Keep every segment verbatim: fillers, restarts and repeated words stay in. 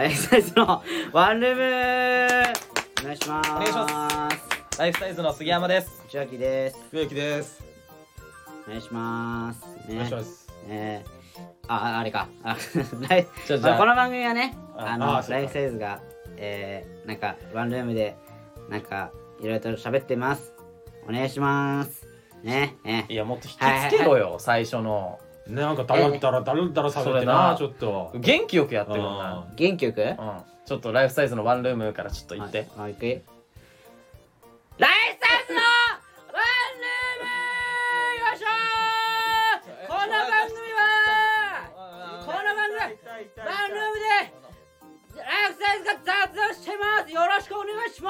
ライフサイズのワンルームお願いします。 お願いします。ライフサイズの杉山です。 内脇です。 植木です。 お願いします、ね、 お願いします。 えー、あ、あれかあライじゃじゃこの番組はね、あのあライフサイズが、えー、なんかワンルームでなんかいろいろと喋ってます。お願いしますね。ねいやもっと引きつけろよ、はいはいはい、最初のなんかダラダラダラダラ喋ってな、ちょっと元気よくやってるもんな。 元気よく、うん、 ちょっとライフサイズのワンルームからちょっと言って。 はい、行くよ。ライフサイズのワンルームよいしょー。この番組はこの番組はワンルームでライフサイズが雑談してます。よろしくお願いします。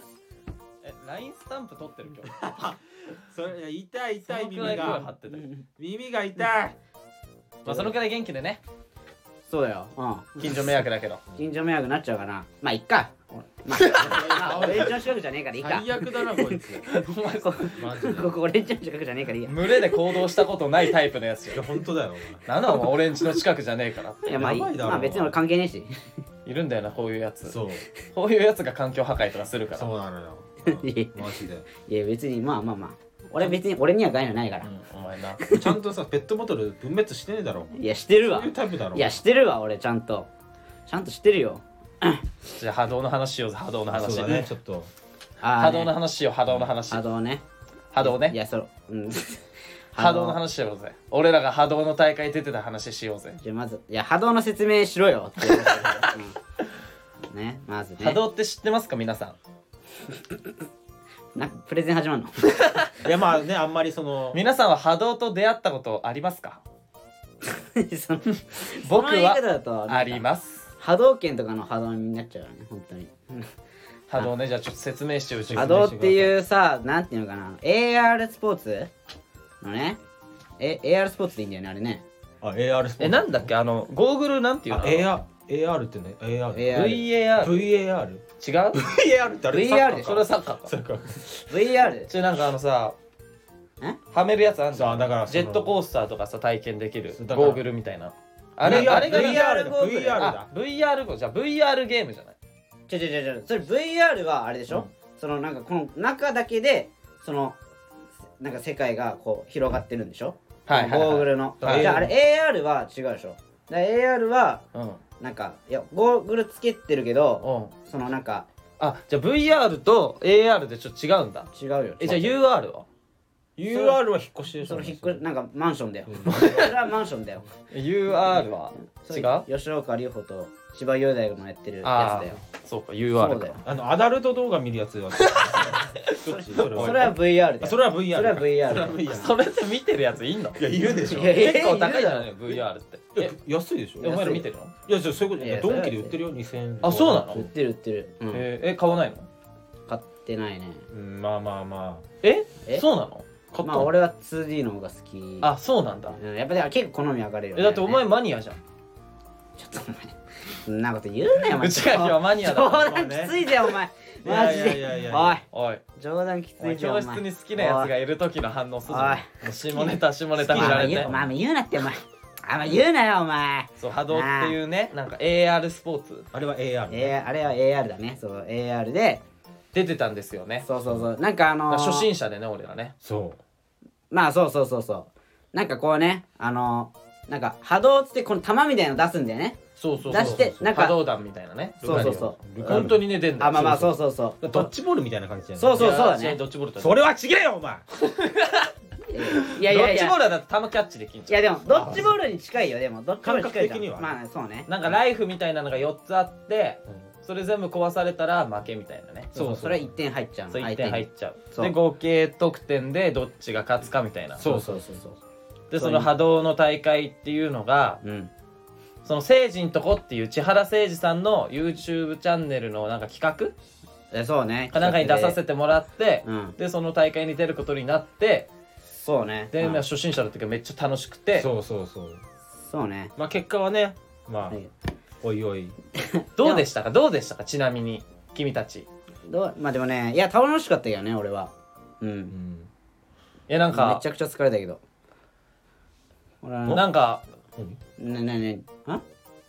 え、ラインスタンプ取ってる今日それ痛い痛い耳声張がってたよ耳が痛い。 まあそのくらい元気でね。 そうだよ、うん、 近所迷惑だけど近所迷惑になっちゃうかな。まあいっか、まあ俺んちの近くじゃねえからいいか。 最悪だなこいつマジでここ俺んちの近くじゃねえからいいや。 群れで行動したことないタイプのやついやよ。 本当だよなんだお前俺んちの近くじゃねえからいやまあいい、まあ別に俺関係ねえしいるんだよなこういうやつ。 そうこういうやつが環境破壊とかするから。 そうなのよマジで。 いや別にまあまあまあ俺別に俺には害のないから、 うん、お前なちゃんとさペットボトル分別してねえだろ。 いやしてるわ。 そういうタイプだろ。 いやしてるわ俺ちゃんとちゃんとしてるよじゃあ波動の話しようぜ。波動の話。 そうだねちょっと波動の話しよう。波動の話。 波動ね波動ね。 いやそのうん波動の話しようぜ。俺らが波動の大会出てた話しようぜ。 じゃあまずいや波動の説明しろよって言う、うん、ねまずね波動って知ってますか皆さん。 なんかプレゼン始まるのいやまあねあんまりその皆さんは波動と出会ったことありますか。 その僕その言い方だはとあります。 波動拳とかの波動になっちゃうよね本当に波動ね。じゃあちょっと説明してうち波動っていうさなんていうのかな エーアール スポーツのねえ エーアール スポーツでいいんだよねあれね。 あ エーアール スポーツえなんだっけあのゴーグルなんていうの。 エーアール エーアール ってね エーアールエーアールブイエーアールブイエーアール違うブイエーアール ってあれブイエーアール でしょそれはサッカーか。 サッカーブイエーアールちょなんかあのさえはめるやつあんじゃん。 さあだからジェットコースターとかさ体験できるそうだからゴーグルみたいなあれブイアールあれがブイアールゴーグルブイアール だあ ブイアール ゴじゃあ ブイアール ゲームじゃない。 ちょちょちょちょそれ ブイアール はあれでしょ、うん、そのなんかこの中だけでそのなんか世界がこう広がってるんでしょ。 はいはいはい、 ゴーグルの、 はい、 じゃああれ エーアール は違うでしょ。だ エーアール は、うん、なんかいやゴーグルつけてるけど、うん、そのなんかあじゃあ ブイアール と エーアール でちょっと違うんだ。 違うよ。 えじゃあ ユーアール はユーアール は引っ越しでしょ。 その引っ越しなんかマンションだよ、うん、それはマンションだよユーアール は違う。 吉岡里帆と千葉雄大がやってるやつだよ。 そうか ユーアール か。 あのアダルト動画見るやつはそれは ブイアール だよ。 それは ブイアールそれは ブイアールそれって見てるやついんの。 いやいるでしょ。 結構高いじゃないの ブイアール って。 え安いでしょ。 お前ら見てるの。 いやじゃあそういうことドンキで売ってるよにせんえん。 あそうなの。 売ってる売ってる、うん、 ええ買わないの。 買ってないね。 うんまあまあまあえそうなの。 まあ俺は ツーディー の方が好き。 あそうなんだ、 うん、やっぱり結構好み分かれるよね。 えだってお前マニアじゃん。 ちょっとお前そんなこと言うなよお前。 内垣はマニアだ。 冗談きついぜお前マジで。おいおい冗談きついぜ教室に好きなやつがいる時の反応するの。下ネタ下ネタ見られて。 まあ言うなってお前あんま言うなよお前。 そう波動っていうねなんか エーアール スポーツ。 あれは エーアール、 ね、あれは エーアール だね。そう エーアール で出てたんですよね。 そうそうそうなんかあのー、 初心者でね俺らね。 そうまあそうそうそうそうなんかこうねあのー、なんか波動っつってこの玉みたいの出すんだよね。 そうそうそう出してなんか波動弾みたいなね。 そうそうそう本当にね出んだよ。 あまあまあそうそうそうドッジボールみたいな感じじゃん。 そうそうそうだね。 ドッジボールとそれは違えよお前いやいやいやドッジボールはだって球キャッチできんじゃん。 いやでもドッジボールに近いよ。でもドッジボールに近いじゃん。 感覚的にはまあそうねなんかライフみたいなのがよっつあって、うん、それ全部壊されたら負けみたいなね。 そうそうそれはいってん入っちゃうの。 そういってん入っちゃう。で合計得点でどっちが勝つかみたいな。 そうそうそうそうでその波動の大会っていうのが、うん、その聖人とこっていう千原誠二さんの YouTube チャンネルのなんか企画えそうねかなんかに出させてもらって、 うん、 でその大会に出ることになってそうねで、うん、初心者だった時はめっちゃ楽しくてそうそうそうそうねまあ結果はねまあ、はい、おいおいどうでしたかどうでしたかちなみに君たち。 どうまあでもねいや楽しかったよね俺はうん、うん、 いやなんかめちゃくちゃ疲れたけどなんかねねねあ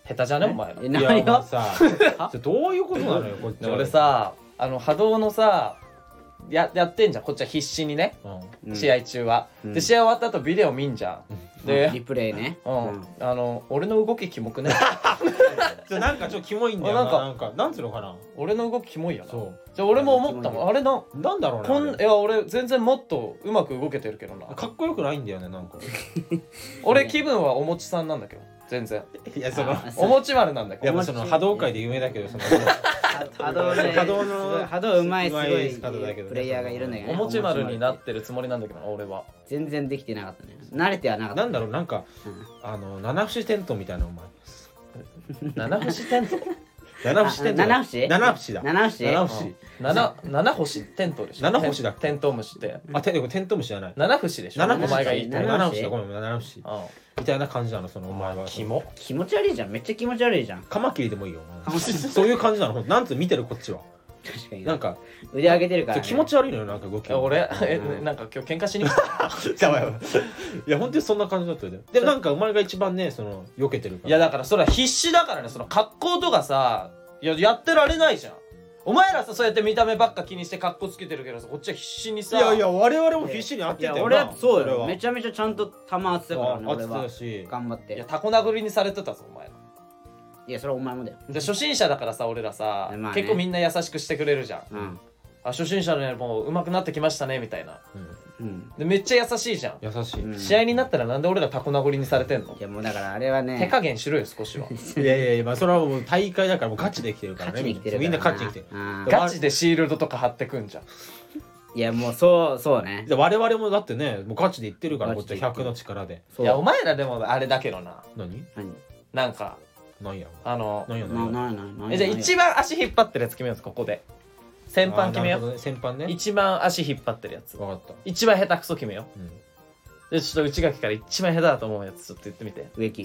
下手じゃねお前ら。 えいや何がまあさそれどういうことなのよこっちは。 俺さあの波動のさややってんじゃんこっちは必死にね、 うんうん試合中は、 うんで試合終わった後ビデオ見んじゃん、でリプレイねうん、 うんあの俺の動きキモくねちょなんかちょっとキモいんだよあなんかなんかなんつうのかな。 俺の動きキモいよな。 そうじゃあ俺も思ったキモいもんあれななんだろうねこんいあれや俺全然もっとうまく動けてるけどな。 かっこよくないんだよねなんか。 俺気分はおもちさんなんだけど全然いやそのあおもち丸なんだけどやっぱその波動界で有名だけどその波動ね波動の波動うまいすごうまいい方だけどねプレイヤーがいるんだけどねおもち丸になってるつもりなんだけどな俺は。 全然できてなかったね慣れてはなかったなんだろうなんかうんあの七節テントみたいなのお前七星テント七節テントあ七節七節だ七節七節七七星テントでしょ。 七星だっけテントウムシってあテンテントウムシじゃない七星でしょ。 七星お前が言いたい七七節だごめん七節うみたいな感じなのそのお前はんキモ。 気持ち悪いじゃんめっちゃ気持ち悪いじゃんカマキリでもいいよお前そういう感じなのなんつう見てるこっちは確かになんか腕上げてるからね気持ち悪いのよなんか動きえ俺えうんなんか今日喧嘩しに来た。 やばいやばいいや本当にそんな感じだったよねでもなんかお前が一番ねその避けてるからいやだからそれは必死だからね。その格好とかさいややってられないじゃん。お前らさそうやって見た目ばっか気にして格好つけてるけどさこっちは必死にさいやいや我々も必死に当いやててよ俺はそうよれはめちゃめちゃちゃんと球当てたからね当てて俺はたし頑張っいやてタコ殴りにされてたぞお前ら。 いやそれはお前もだよで初心者だからさ俺らさ、 まあね結構みんな優しくしてくれるじゃん。 うんあ初心者でもう上手くなってきましたねみたいな。 うんうんでめっちゃ優しいじゃん。 優しいうん試合になったらなんで俺らタコ殴りにされてんの。 いやもうだからあれはね手加減しろよ少しは。 いやいやいやまあそれはもう大会だからもうガチで来てるから勝ねちに来てるからなみんな勝ちに来てるうんガチでシールドとか貼ってくんじゃん。 いやもうそうそうねで我々もだってねもうガチで言ってるからこっちはガチで言ってるひゃくの力でそういやお前らでもあれだけどな。 何何なんか何やあの何やな何やなななえじゃあ一番足引っ張ってるやつ決めようここで。先般決めよう。 あーなるほどね先般ね一番足引っ張ってるやつ。 分かった一番下手くそ決めようんう。でちょっと内垣から一番下手だと思うやつちょっと言ってみて。 植木意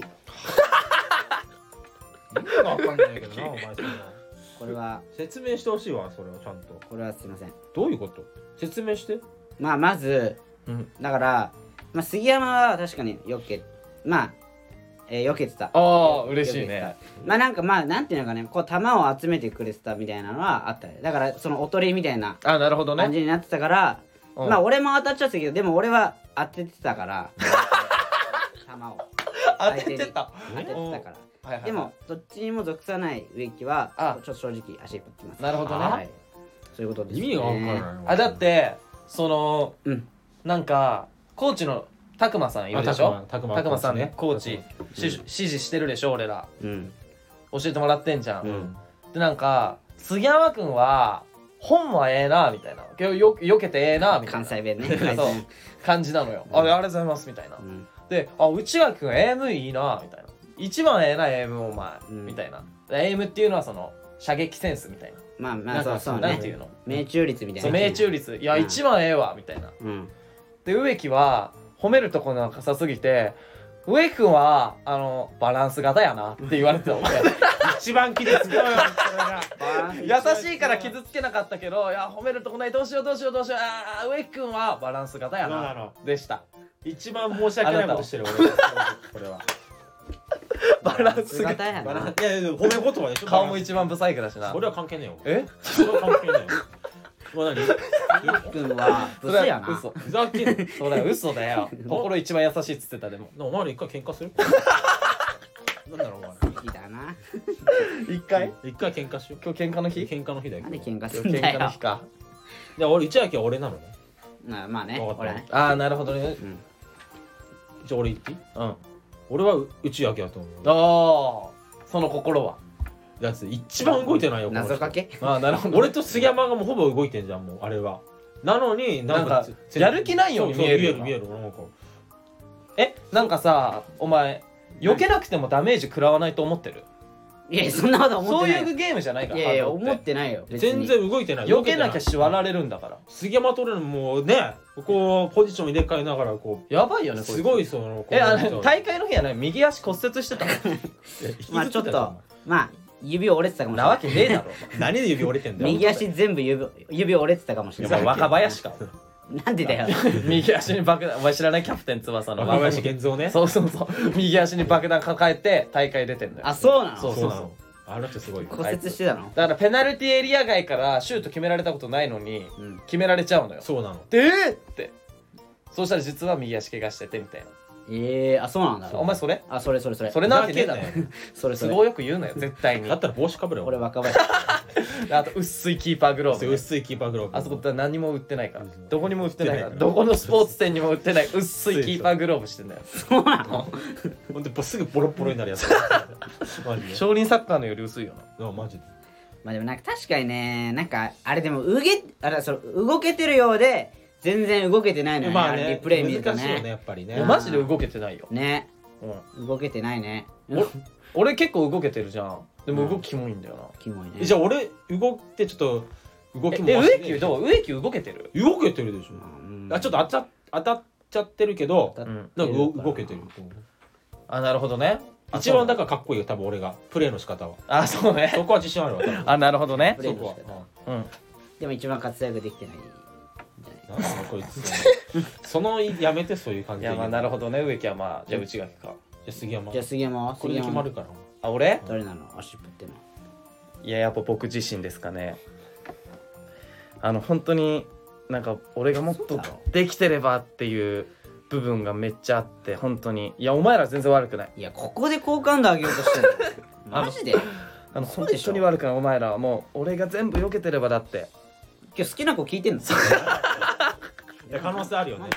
味が分かんないけどなお前そんなこれは説明してほしいわそれはちゃんとこれはすいませんどういうこと説明してまあまずうん。 だから、まあ、杉山は確かによけまあ、えー、避けてたああ嬉しい避けてたね。 まあなんかまあなんていうのかねこう球を集めてくれてたみたいなのはあったねだからそのおとりみたいなあなるほどね。 感じになってたから、 うんまあ俺も当たっちゃったけどでも俺は当ててたから球を当ててた。 当ててたからはいはいはいでもどっちにも属さない植木はあちょっと正直足引っ張ってますなるほどねはい、そういうことです、ね、 意味が分からないあだってそのうんなんかコーチのたくまさんいるでしょ。 たくまたくまさんねコーチし指示してるでしょ俺ら。 うん教えてもらってんじゃん。 うんでなんか杉山くんは本はええなみたいなよよよけてええなみたいな関西弁ねそう感じなのよ。あれありがとうございますみたいな。 うんであ内垣くん エーエム いいなみたいな。一番ええな エーエム お前、 うんみたいな。エーエム っていうのはその射撃センスみたいな。 まあまなんかあそうそうねなんていうの。 命中率みたいなそう命中率いや、 うん一番ええわみたいな。 うんで植木は褒めるとこなんかさすぎて植木くんはあのバランス型やなって言われてたもんね。 一番傷つくのよそれが優しいから傷つけなかったけどいや褒めるとこないどうしようどうしようどうしようあー植木くんはバランス型やなそうなのでした。 一番申し訳ないことしてる俺これはバランス型姿やなバランいやいや褒め言葉でしょ顔も一番ブサイクだしな。 それは関係ねえよえそれは関係ねえよもう何君はブスやな嘘ふざけんなそれは嘘だよ。心一番優しいっつってたでもお前ら一回喧嘩するなんだろうお前好きだな一回一回喧嘩しよう今日喧嘩の日喧嘩の日だよなんで喧嘩す今日喧るんだよ嘩の日か。 で俺内垣は俺なのねまあまあねわかった俺ねああなるほどね。 うんじゃあ俺言っていいうんあ俺は内垣だと思うあその心はやつ一番動いてないよこの人謎かけああなるほど。 俺と杉山がもうほぼ動いてんじゃんもうあれはなのになんかなんかやる気ないように見えるよなそうそう見える見えるなんかえなんかさお前避けなくてもダメージ食らわないと思ってる。 いやそんなこと思そうってないいうゲームじゃないから。 いやいやハードって思ってないよ別に全然動いてない避けなきゃし縛られるんだから。 杉山取れるのもうねこうポジション入れ替えながらこやばいよねこれ。 うすごいそのえあこうの大会の日はね右足骨折してたの。 まあちょっとまあ指折れてたかもしれなないわけねえだろ。 何で指折れてんだよ右足全部指指折れてたかもしれないお前若林か。 なんでだよ右足に爆弾、お前知らないキャプテン翼の若林源三ね。 そうそうそう、右足に爆弾抱えて大会出てんだよ。 あ、そうなの。 そうそうそう。 あの人すごいよ。 骨折してたの。 だからペナルティエリア外からシュート決められたことないのに、うん、決められちゃうのよ。 そうなの。 でーってそうしたら実は右足怪我しててみたいな。 ええー、あ、そうなんだ。 お前それ？ あ、それそれそれ。 それなわけねえだろ。 それそれ。 都合よく言うなよ絶対に。 だったら帽子かぶれよ。 俺若林。 あと薄いキーパーグローブ、 ね、薄いキーパーグローブ。 あそこって何も売ってないから。どこにも売ってないから。どこのスポーツ店にも売ってない薄いキーパーグローブしてんだよ。 そうなの？ ほんですぐボロボロになるやつ。 少林サッカーのより薄いよな。 あ、マジで。 まあでもなんか確かにね、なんかあれでも動けあれその動けてるようで全然動けてないのよね。まあね、リプレイ見るとね。 難しいよねやっぱりね。 マジで動けてないよ。 ね。うん、動けてないね。 俺結構動けてるじゃん。でも動きキモいんだよな。 キモいね。 じゃあ俺動いてちょっと動きも。 え、植木どう？植木動けてる？ 動けてるでしょ。あ、ちょっと当た当たっちゃってるけど、なんか動けてる。 あ、なるほどね。 一番だからかっこいいよ多分俺がプレーの仕方は。 あ、そうね。 そこは自信あるわ。 あ、なるほどね。 そこは。うん。でも一番活躍できてない。 なんだこいつ。そのやめてそういう感じ。 いや、まあなるほどね。植木はまあじゃあ内垣か。 じゃあ杉山。 じゃあ杉山はこれで決まるから。 あ、俺？ 誰なの？足プっての。 いや、やっぱ僕自身ですかね。あの本当になんか俺がもっとできてればっていう部分がめっちゃあって、本当に。いや、お前ら全然悪くない。 いや、ここで好感度上げようとしてるの。マジで？ あの本当に悪くない。お前らはもう俺が全部避けてればだって。 今日好きな子聞いてんの？ いや、可能性あるよね。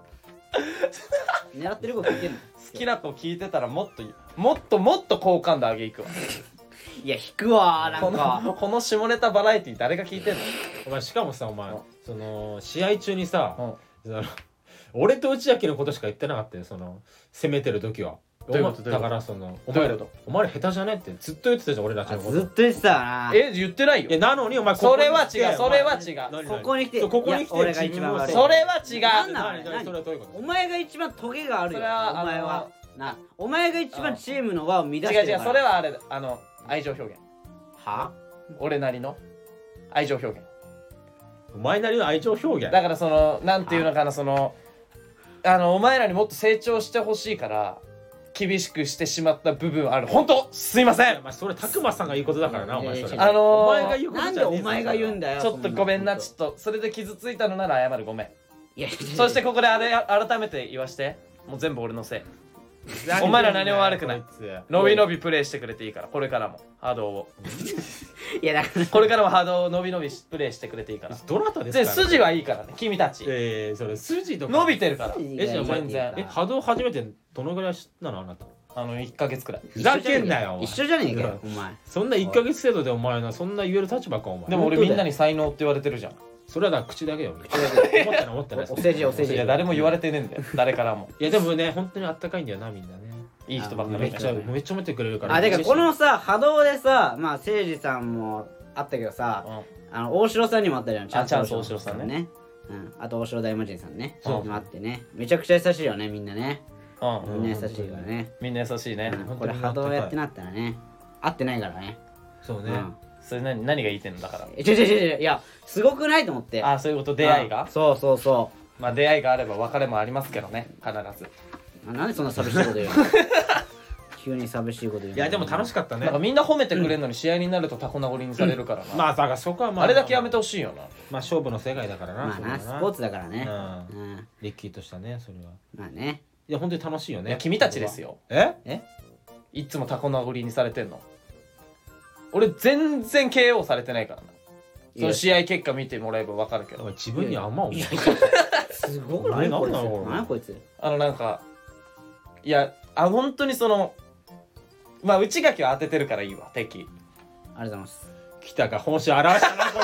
狙ってる子聞いてんの？ 好きな子聞いてたらもっともっともっと好感度上げいくわ。 いや、引くわなんか。 このこの下ネタバラエティ誰が聞いてんの？ お前しかもさ、お前その試合中にさ、その俺と内垣のことしか言ってなかったよ。その攻めてる時は。 どういうこと？ だからそのお前らお前ら下手じゃねってずっと言ってたじゃん俺らのこと。 ずっと言ってたな。 え、言ってないよ。 え、なのにお前それは違う、それは違う。 ここに来て、 ここに来て俺が一番悪い。 それは違う。 なんなの？ それはどういうこと？ お前が一番トゲがあるよ。お前はな、お前が一番チームの輪を乱してるから。 違う違う、それはあれ、あの愛情表現。 は？ 俺なりの愛情表現。 お前なりの愛情表現。 だからそのなんていうのかな、そのあのお前らにもっと成長してほしいから厳しくしてしまった部分ある。本当すいません。 まあそれ拓磨さんが言うことだからな、お前それ。 あのー、 お前が言うことじゃねえ。 なんでお前が言うんだよ。 ちょっとごめんな、ちょっとそれで傷ついたのなら謝る、ごめん。 いや、 そしてここであれ改めて言わして、もう全部俺のせい。お前ら何も悪くない。伸び伸びプレイしてくれていいから、これからも波動を。 いやだからこれからも波動を伸び伸びプレイしてくれていいから。 どなたですか？ 筋はいいからね、君たち。 ええ、それ筋とか伸びてるから。 え、じゃあ全然。え、波動初めてどのぐらいなのあなた？ あのいっかげつくらい。 ふざけんなよ。 一緒じゃねえかよお前。 そんないっかげつ程度でお前な、そんな言える立場かお前。 でも俺みんなに才能って言われてるじゃん。 それはだから口だけよ。思ってない思ってない。 お世辞お世辞。 いや誰も言われてねえんだよ、誰からも。 いやでもね、本当にあったかいんだよな、みんなね。 いい人ばっかり。 めっちゃめっちゃ見てくれるから。 あ、だからこのさ波動でさ、まあ誠司さんもあったけどさ、あの大城さんにもあったじゃん。 チャンス大城さんね。 うん、あと大城大魔神さんね。そうあってね、めちゃくちゃ優しいよねみんなね。うん、みんな優しいからね。 みんな優しいね。 これ波動やってなったらね、合ってないからね。 そうね。 それ何何が言いてんのだから。 え、ちょちょちょいやすごくないと思って。 あ、そういうこと。出会いが。 そうそうそう。 まあ出会いがあれば別れもありますけどね、必ず。 なんでそんな寂しいこと言うの？急に寂しいこと言うの？ いやでも楽しかったね。 なんかみんな褒めてくれるのに試合になるとタコ殴りにされるからな。 まあだからそこはまああれだけやめてほしいよな。 まあ勝負の世界だからな。 まあな、スポーツだからね。 うん。リッキーとしたね、それは。 まあね。 いや本当に楽しいよね。 いや君たちですよ。 え？ え？いつもタコ殴りにされてんの。俺全然 ケーオー されてないからな。その試合結果見てもらえば分かるけど。 自分にあんま思う。 すごくないこいつ。何こいつ。 あのなんかいやあ本当にそのまあ内垣は当ててるからいいわ敵。 ありがとうございます。 来たか本性表したなこい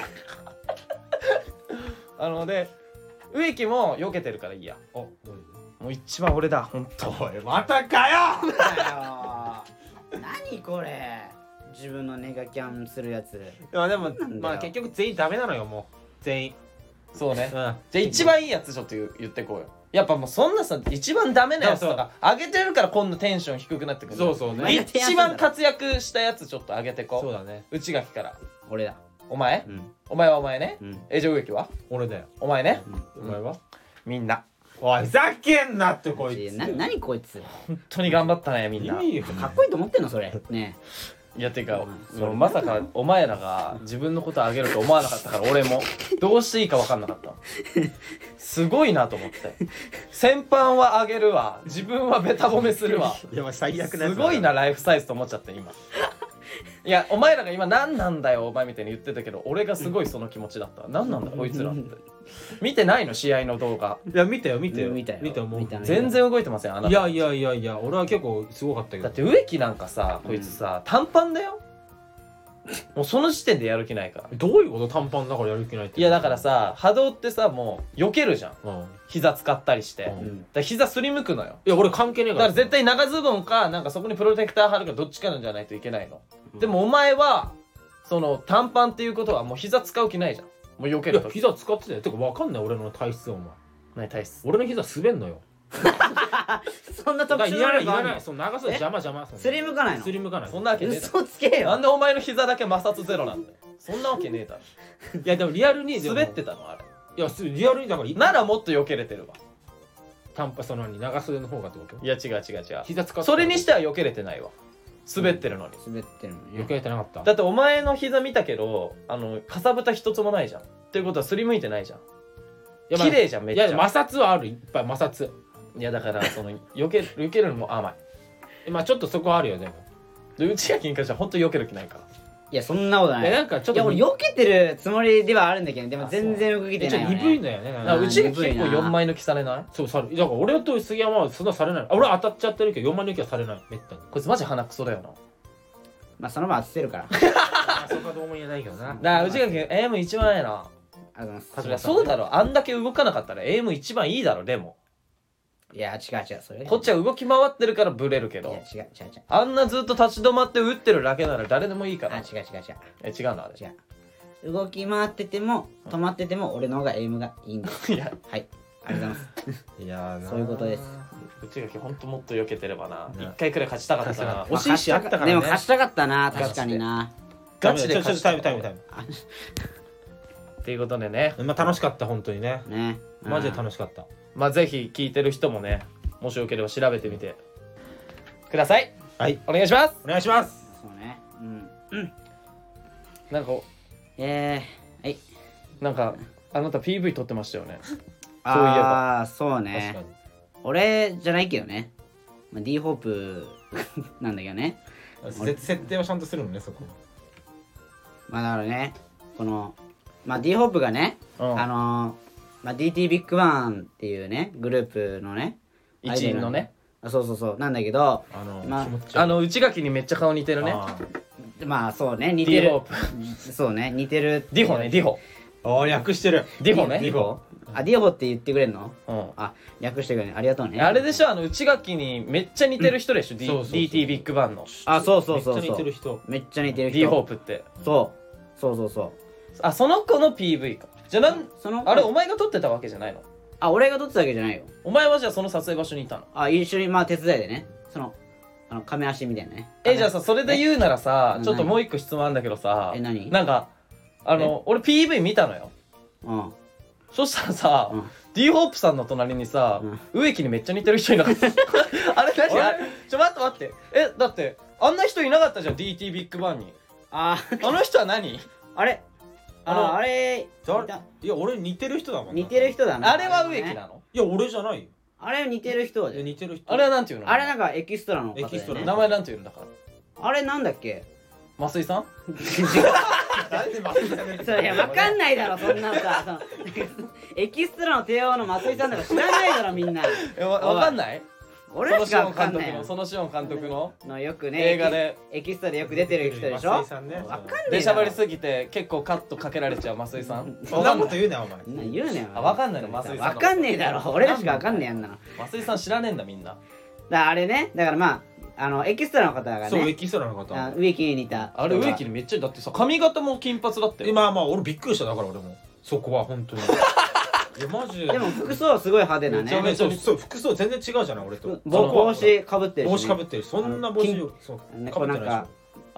つ。あので植木も避けてるからいいや。おもう一番俺だ本当。 おいまたかよ。 何これ。自分のネガキャンするやつ。 でもでもまあ結局全員ダメなのよもう全員。 そうね。うん、じゃあ一番いいやつちょっと言ってこうよ。やっぱもうそんなさ一番ダメなやつとか上げてるから今度テンション低くなってくる。 そうそうね。 一番活躍したやつちょっと上げてこう。 そうだね。 内垣から。 俺だ。 お前うんお前はお前ねうんえじゃあ植木は俺だよ。 お前ねお前は？ みんなおいふざけんなってこいつ。 いやな何こいつ本当に頑張ったねみんな。 いいよ。 かっこいいと思ってんのそれねいやてか、 うんそのまさかお前らが自分のことあげると思わなかったから俺もどうしていいか分かんなかったのすごいなと思って先般はあげるわ自分はベタ褒めするわいやまあ最悪なやつすごいなライフサイズと思っちゃって今いやお前らが今何なんだよお前みたいに言ってたけど俺がすごいその気持ちだった何なんだこいつらって見てないの試合の動画いや見たよ見たようん見たよ見たよもう見た全然動いてませんあなたいやいやいやいや俺は結構すごかったけどだって植木なんかさこいつさ、短パンだよもうその時点でやる気ないからどういうこと短パンだからやる気ないっていやだからさ波動ってさもう避けるじゃんうんい膝使ったりして、 うだかうんら膝すりむくのよや俺関係ねえからだから絶対長ズボンかなんかそこにプロテクター貼るかどっちかなんじゃないといけないの、でもお前はその短パンっていうことはもう膝使う気ないじゃんもう避けいやると膝使ってたよてか分かんない俺の体質お前何体質俺の膝滑んのよそんなだから特殊いらないい能力あんのらないその長さで邪魔邪魔そのすりむかないのすりむかないそんなわけねえだ嘘つけよろなんでお前の膝だけ摩擦ゼロなんだよそんなわけねえだろいやでもリアルにでも滑ってたのあれいやすリアルにだからならもっと避けれてるわ短パンその何長袖の方がってこといや違う違う違う膝使ってそれにしては避けれてないわ滑ってるのに、 滑ってるの余計てなかっただってお前の膝見たけどあのかさぶた一つもないじゃんっていうことはすりむいてないじゃんいやまあ綺麗じゃんめっいちゃや摩擦はあるいっぱい摩擦いやだからその避け避けるのも甘いえまあちょっとそこはあるよでもで内垣に関しては本当に避ける気ないからいやそんなことないえなんかちょっといや俺避けてるつもりではあるんだけどでも全然動けてちょっとないよね鈍いんだよねなんかだから内垣鈍いな結構よんまい抜きされないそうさだから俺と杉山はそんなされないあ俺は当たっちゃってるけどよんまい抜きはされないめったにこいつマジ鼻くそだよなまあそのまま当ててるからあそこはどうも言えないけどなだから内垣 エーエム一番ええなありがとうございますそりゃそうだろあんだけ動かなかったら エーエム一番いいだろでもいや違う違うそれこっちは動き回ってるからブレるけどいや違う違う違うあんなずっと立ち止まって打ってるだけなら誰でもいいからあ違う違う違うえ違うのあれ違う動き回ってても止まってても俺の方がエイムがいいんだいやはいありがとうございますいやーなそういうことです内垣ほんともっと避けてればなね一回くらい勝ちたかったな勝ち惜しいしあったからねでも勝ちたかったな確かになガチでちょちょ勝ちたタイムタイムタイムっていうことでねまあ楽しかった本当にねねマジで楽しかったまあぜひ聞いてる人もねもしよければ調べてみてくださいはいお願いしますお願いしますそうねうんなんかえーはいなんかあなた ピーブイ 撮ってましたよねああそう確ねかに俺じゃないけどねまあ D ホープなんだけどねせ設定はちゃんとするのねそこまあだからねこのまあ D ホープがねうんあのーまあ ディーティー ビッグバンっていうねグループのね一員のねあそうそうそうなんだけどあのまあ気持ち悪いあの内垣にめっちゃ顔似てるねあまあそうね似 D てるホープそうね似てるディホねディホーあ略してるディホねディホあディホって言ってくれるのうんあ略してくれるありがとうねあれでしょあの内垣にめっちゃ似てる人でしょ、D そうそうそうディーティー ビッグバンのあそうそうそうめっちゃ似そうてる人めっちゃ似てる人 D ホープってそうそうそうそうあその子の ピーブイ かじゃあなんそのあれお前が撮ってたわけじゃないのあ俺が撮ってたわけじゃないよお前はじゃあその撮影場所にいたのあ一緒にまあ手伝いでねそのあの亀足みたいなねえじゃあさそれで言うならさえちょっともう一個質問あるんだけどさえ何なんかあの俺 ピーブイ 見たのようんそしたらさ、 うん D ホープさんの隣にさ、 うん植木にめっちゃ似てる人いなかったあれ何あれちょ待って待ってえだってあんな人いなかったじゃん ディーティー ビッグバンにああの人は何あれあのああれ誰いたいや俺似てる人だもんな似てる人だなあれは植木ねなのいや俺じゃないよあれ似てる人いやで似てる人あれはなんていうのあれなんかエキストラの方で、ね、 エキストラ名前なんていうんだからあれなんだっけ増井さん誰で松井さんがそれいやわかんないだろそんなのさそのエキストラの帝王の松井さんとか知らないだろみんなえわわかんない俺しかわそのシオンかんないよ監督のそのシオン監督ののよくね映画でエキストラでよく出てる人でしょ松井さんねわかんねえ出しゃばりすぎぎて結構カットかけられちゃう増井さんそんなこと言うなお前言うねよあわかんないの増井さんのわかんねえだろ俺らしかわかんねえやんなのだか増井さん知らねえんだみんならあれねだからまああのエキストラの方がねそうエキストラの方あ植木に似たあれ植木にめっちゃだってさ髪型も金髪だったよまあまあ俺びっくりしただから俺もそこは本当にいやマジでも服装はすごい派手なめちゃねめちゃそうそう服装全然違うじゃない俺と帽帽子かぶってるし、ね、 帽子かぶってるしそんな帽子あのそうねかぶってないでしこうなんか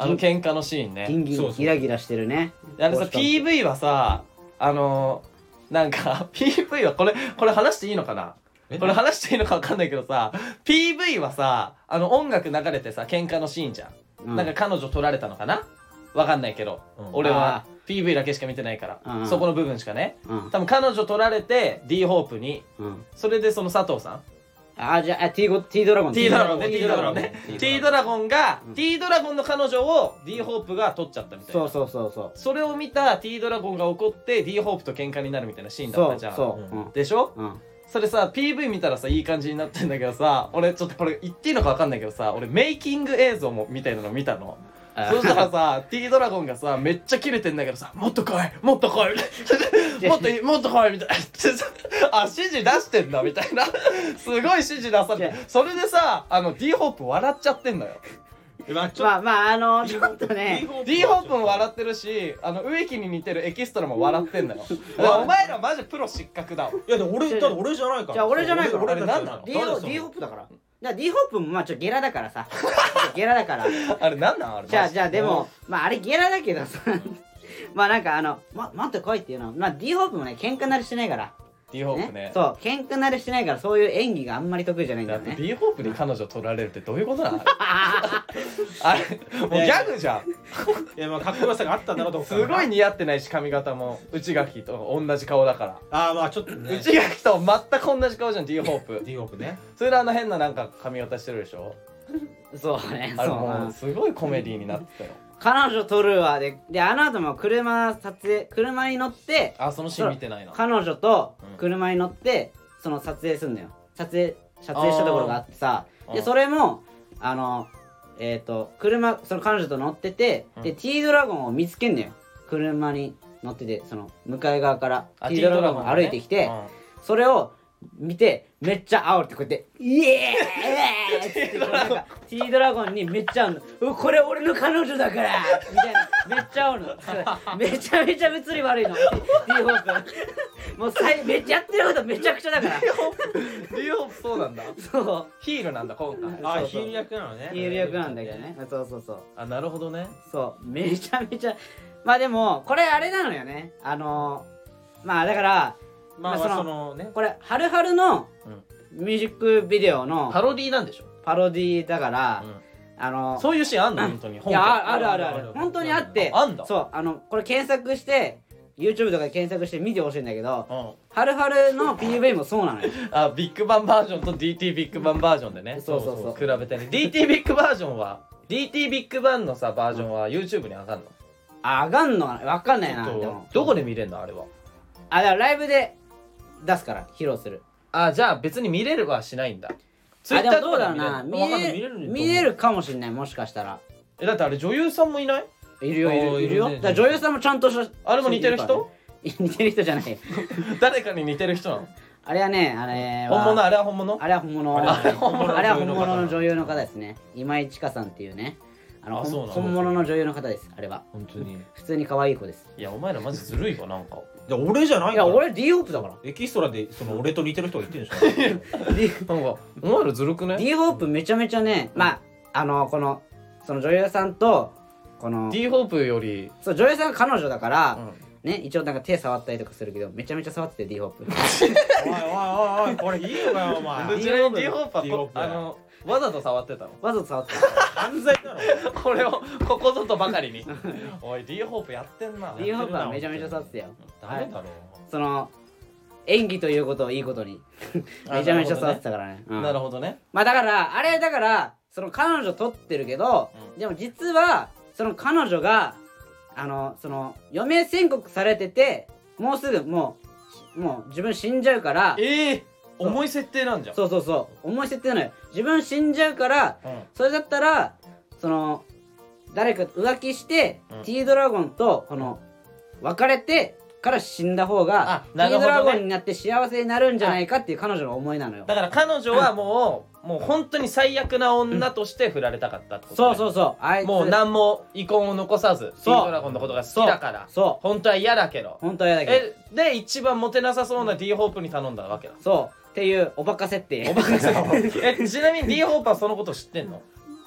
あの喧嘩のシーンね。 ギンギンギラギラしてるね。 あれさ ピーブイ はさあのー、なんか ピーブイ はこれこれ話していいのかな、これ話していいのか分かんないけどさ ピーブイ はさあの音楽流れてさ喧嘩のシーンじゃん、うん、なんか彼女取られたのかな分かんないけど、うん、俺は ピーブイ だけしか見てないから、うん、そこの部分しかね、うん、多分彼女取られて D ホープに、うん、それでその佐藤さんあじゃあ T ゴ T ドラゴン T ドラゴンね T ドラゴンね T ドラゴンが T ドラゴンの彼女を D ホープが取っちゃったみたいな、 そうそうそうそうそれを見た T ドラゴンが怒って D ホープと喧嘩になるみたいなシーンだったじゃん。 そうそう、 うん、でしょ、うん、それさ ピーブイ 見たらさいい感じになってんだけどさ、俺ちょっとこれ言っていいのか分かんないけどさ、俺メイキング映像もみたいなの見たの。そしたらさ T ドラゴンがさめっちゃキレてんだけどさ、もっと来いもっと来いもっといもっと来いみたいなあ指示出してんだみたいなすごい指示出されて、それでさあの D ホープ笑っちゃってんのよ。 まあまああのちょっとね D ホープも笑ってるし、あの植木に似てるエキストラも笑ってんだよ。お前らマジプロ失格だわ。 いやでも俺だって俺じゃないから。 じゃあ俺じゃないから。 あれなんなの D ホープだから。じゃあ D ホープもまあちょっとゲラだからさゲラだからあれなんなんあれ。 じゃあじゃあでもまああれゲラだけどさまあなんかあのま待ってこいっていうのはまあ D ホープもね喧嘩慣れしてないから。 D ホープね。 そう喧嘩慣れしてないからそういう演技があんまり得意じゃないんだよね。 D ホープに彼女取られるってどういうことなのあれもうギャグじゃん。 いやまあかっこよさがあったんだろうと。 すごい似合ってないし髪型も内垣と同じ顔だから。 ああまあちょっとね内垣と全く同じ顔じゃん D ホープ。 D ホープね。 それであの変ななんか髪型してるでしょ。 そうね。 あれもうすごいコメディーになってたよ。 彼女撮るわで、であの後も車撮影車に乗って、 あそのシーン見てないな。 彼女と車に乗ってその撮影すんのよ。撮影撮影したところがあってさ、でそれもあのえっ、ー、と車その彼女と乗ってて、うん、で T ドラゴンを見つけんのよ。車に乗っててその向かい側から T ドラゴンが歩いてきて、ね、うん、それを見てめっちゃ煽ってこうやってイエーイってこうなんか T ドラゴンにめっちゃ合うの。これ俺の彼女だからみたいなめっちゃ合うの。めちゃめちゃ物理悪いの D ホープもうさいめっちゃやってることめちゃくちゃだから D ホープそうなんだ。 そうヒールなんだ今回。あヒール役なのね。 ヒール役なんだけどね。そうそうそう。 あなるほどね。 そうめちゃめちゃまあでもこれあれなのよね。あのまあだからまあその、まあ、そのねこれはるはるのミュージックビデオのパロディなんでしょ。 パロディだから、うん、あのそういうシーンあんの本当に。 いやあるあるある本当にあって。 あんだ。 そうあのこれ検索して YouTube とかで検索して見てほしいんだけど、はるはるの ピーブイ もそうなのよ。 あビッグバンバージョンと ディーティー ビッグバンバージョンでね。 そうそうそう比べてね。ディーティー ビッグバージョンは ディーティー ビッグバンのさバージョンは YouTube に上がんの。 あ上がんのわかんないな。でもどこで見れんのあれは。 あだからライブで出すから披露する。 あじゃあ別に見れるはしないんだ。 あでもどうだろうな見れる見れるかもしれないもしかしたら。 えだってあれ女優さんもいない？ いるよいるいるよ。だから女優さんもちゃんとしたあれも似てる人？ 似てる人じゃない。 誰かに似てる人なの？ あれはねあれ本物あれは本物？ あれは本物。あれは本物の女優の方ですね。今井千佳さんっていうね。あの本物の女優の方です。あれは本当に普通に可愛い子です。 いやお前らマジずるいわなんか。 いや俺じゃないから。いや俺 D ホープだから。 エキストラでその俺と似てる人が言ってるんでしょ。なんかお前らずるくね。 D ホープめちゃめちゃね、まああのこのその女優さんとこの D ホープよりそう女優さんが彼女だから、うん、ね一応なんか手触ったりとかするけどめちゃめちゃ触ってて D ホープ。 おいおいおいおいこれいいのかよお前。 ちなみに D ホープはあのわざと触ってたの？ わざと触ってた。 犯罪だろ。 これをここぞとばかりに。おい D ホープやってんな。 D ホープはめちゃめちゃ触ってたよ。 ダメだろう。 その演技ということをいいことにめちゃめちゃ触ってたからね。 なるほどね。 まあだからあれだからその彼女撮ってるけど、でも実はその彼女があのその余命宣告されててもうすぐもうもう自分死んじゃうから。 ええ。重い設定なんじゃん。 そうそうそう重い設定なのよ。自分死んじゃうから、うん、それだったらその誰か浮気して、うん、T ドラゴンとこの別れてから死んだ方が、ね、T ドラゴンになって幸せになるんじゃないかっていう彼女の思いなのよ。 だから彼女はもう、うん、もう本当に最悪な女として振られたかったってこと、 ね、そうそうそうあいつもう何も遺恨を残さず T ドラゴンのことが好きだからそう本当は嫌だけど本当は嫌だけどえで一番モテなさそうな D ホープに頼んだわけだ。 そうっていうおバカ設定。 おバカ設定。えちなみに D ホープはそのこと知ってんの？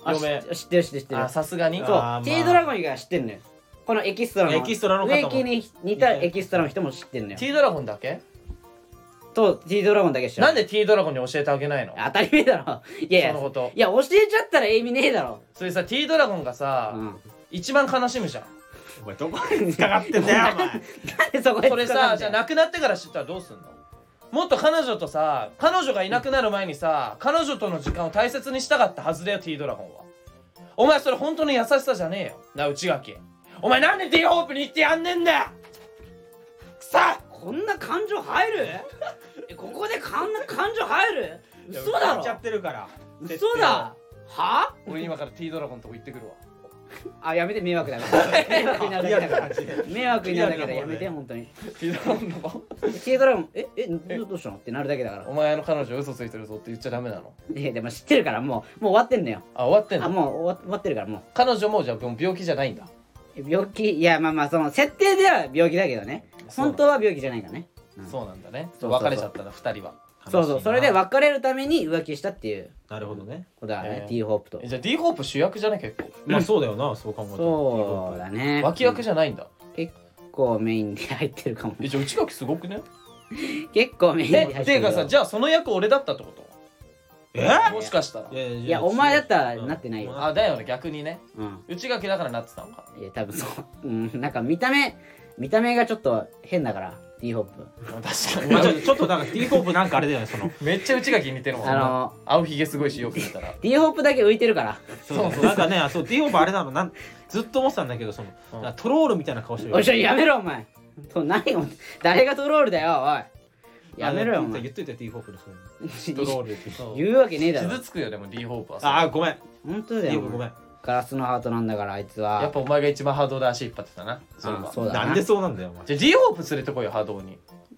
あ嫁知知ってる知ってる知ってるあさすがにそう、 あーまあ T ドラゴン以外は知ってんのよ。このエキストラのエキストラの方も植木に似たエキストラの人も知ってんのよ。 T ドラゴンだけと T ドラゴンだけ知らなんで T ドラゴンに教えてあげないの当たり前だろ。いやいやそのこといや教えちゃったら意味ねえだろ。 それさ T ドラゴンがさ、 うん一番悲しむじゃんお前どこに使かってんだよお前なんでそこでそれさじゃあ亡くなってから知ったらどうすんの？もっと彼女とさ彼女がいなくなる前にさ彼女との時間を大切にしたかったはずだよ T ドラゴンは。お前それ本当の優しさじゃねえよな内垣。お前なんで T ホープに行ってやんねんだよくさっこんな感情入るえここでこんな感情入る嘘だ言っちゃろってるから嘘だは俺今から T ドラゴンとこ行ってくるわ。 あやめて迷惑だから迷惑になるだけだからリアルな感じ迷惑になるだけだリアルな方ねやめて本当に T ドラゴンの子 T ドラゴンええどどうしたのってなるだけだからお前の彼女嘘ついてるぞって言っちゃダメなの？ いやでも知ってるからもうもう終わってんのよあ終わってんあの？ もう終わ終わってるからも彼女もじゃあ病気じゃないんだ。 う病気いやまあまあその設定では病気だけどねそうなの本当は病気じゃないからねうんそうなんだね。 そうそうそう別れちゃったなふたりは。 そうそうそれで別れるために浮気したっていうなるほどねことだねえー T ホープとえじゃあ D ホープ主役じゃね結構。 まあそうだよなそう考えたらそうだね脇役じゃないんだ。 結構メインで入ってるかもえじゃあ内垣すごくね？ 結構メインでえ入ってるていうかさじゃあその役俺だったってこと？ えもしかしたら。 いやいやお前だったらなってないよあだよね逆にね。 うん内垣だからなってたのか。 いや多分そううんなんか見た目見た目がちょっと変だから T ホープ確まあちょかに。 ちょっとなんか T ホープなんかあれだよねそのめっちゃ内垣似てるもん。 あの青ひげすごいしよく見たら。 T ホープだけ浮いてるからそうそうなんかねそう T ホープあれなのなんずっと思ってたんだけどそのうんなんかトロールみたいな顔してるおいちょやめろお前そう何を誰がトロールだよおいやめろよお前言っといて T ホープのそういうのトロールってそう言うわけねえだろ傷つくよでも D ホープはさ。 あーごめん本当だ T よホープごめんガラスのハートなんだからあいつはやっぱお前が一番ハードで足引っ張ってたな。それは。 あそうだななんでそうなんだよお前じゃあ D ホープ連れてこいよ波動に。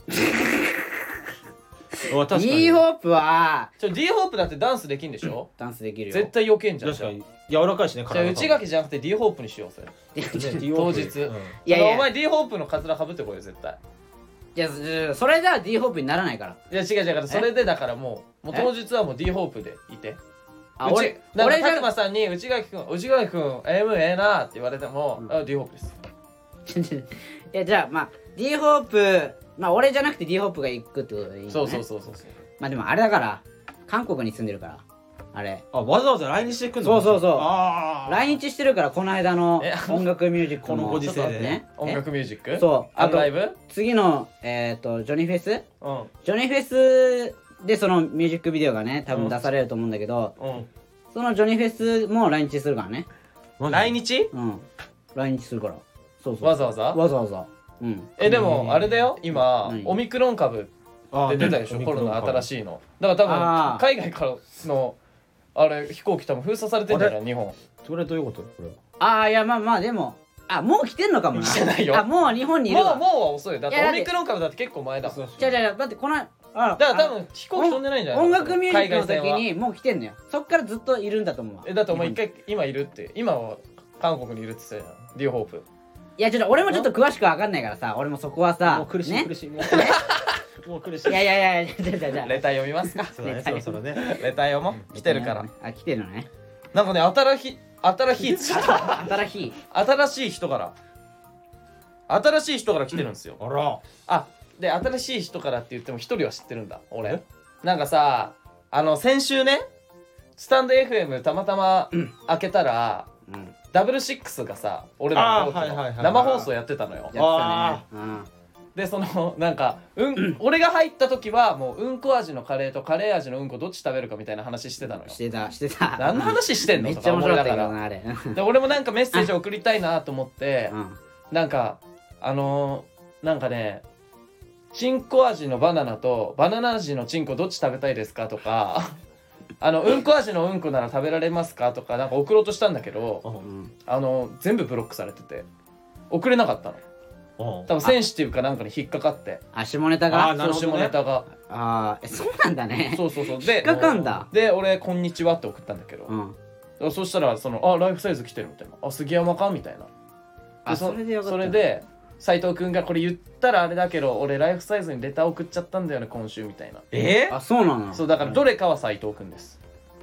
お確かに T ホープはちょ D ホープだってダンスできんでしょ？ ダンスできるよ絶対避けんじゃん。 確かに柔らかいしねじゃあ内垣じゃなくて D ホープにしようそれ。当日うんいやいやお前 D ホープのカツラかぶってこいよ絶対。 いやそそれじゃ D ホープにならないからいや違う違うからそれでだからもうもう当日はもう D ホープでいて。 あうち俺なんか俺じゃ佐久間さんに内垣くん内垣くん エム ええなって言われても、 うんあ D ホープです。 いやじゃあまあ D ホープまあ俺じゃなくて D ホープが行くってことでいいのねそうそうそうそうそう。 まあでもあれだから韓国に住んでるからあれあわざわざ来日してくんのそうそうそうああ来日してるからこの間のえ音楽ミュージックこのご時世でね音楽ミュージックえそうああととライブ次のえっとジョニーフェスうんジョニーフェスでそのミュージックビデオがね多分出されると思うんだけどうんそのジョニーフェスも来日するからね来日うん来日するからそうそうわざわざわざわざうんえでもあれだよ今何オミクロン株あで出たでしょコロナ新いしいのだから多あー分海外からのあれ飛行機多分封鎖されてんじゃない日本それどういうことこれはああいやまあまあでもあもう来てんのかもな来てないよあもう日本にいるわもうもうは遅いよだっていやだってオミクロン株だって結構前だもんじゃあじゃあだってこのあだから多分飛行機飛んでないんじゃない音楽ミュージックの海外線は時にもう来てんのよそっからずっといるんだと思うわえだってお前一日本に回今いるって今は韓国にいるって言ってたじゃんディオホープいやちょっと俺もちょっと詳しくわかんないからさ俺もそこはさもう苦しいね苦しいもうねもう苦しいいやいやいやじゃあじゃあじゃあレター読みますかそうだねそろそろねレター読もう来てるからあ来てるのねなんかね新しい新しいっつった新しい新しい人から新しい人から来てるんですよ、 あらあで新しい人からって言っても一人は知ってるんだ俺なんかさあの先週ねスタンド エフエム たまたま開けたら、 うんダブルシックスがさ俺らの同期のあーはいはいはい生放送やってたのよやってたねでそのなんかうん俺が入った時はもううんこ味のカレーとカレー味のうんこどっち食べるかみたいな話してたのようんしてたしてた何の話してんのめっちゃ面白かったけどとか思いなあれながらで俺もなんかメッセージ送りたいなと思ってうんなんかあのー、なんかねチンコ味のバナナとバナナ味のチンコどっち食べたいですかとかあのうんこ味のうんこなら食べられますかとかなんか送ろうとしたんだけどうんあの全部ブロックされてて送れなかったのうん多分センシティブかなんかに引っかかってあ下ネタあがそうーなるほどね下ネタがあーえそうなんだねそうそうそうで引っかかんだで俺「こんにちは」って送ったんだけど、 うんそしたらその「あライフサイズ来てる」みたいな「あ杉山か?」みたいなあそそれでよかったそれで斉藤君がこれ言ったらあれだけど俺ライフサイズにレター送っちゃったんだよね今週みたいなえあそうなのそうだからどれかは斉藤君です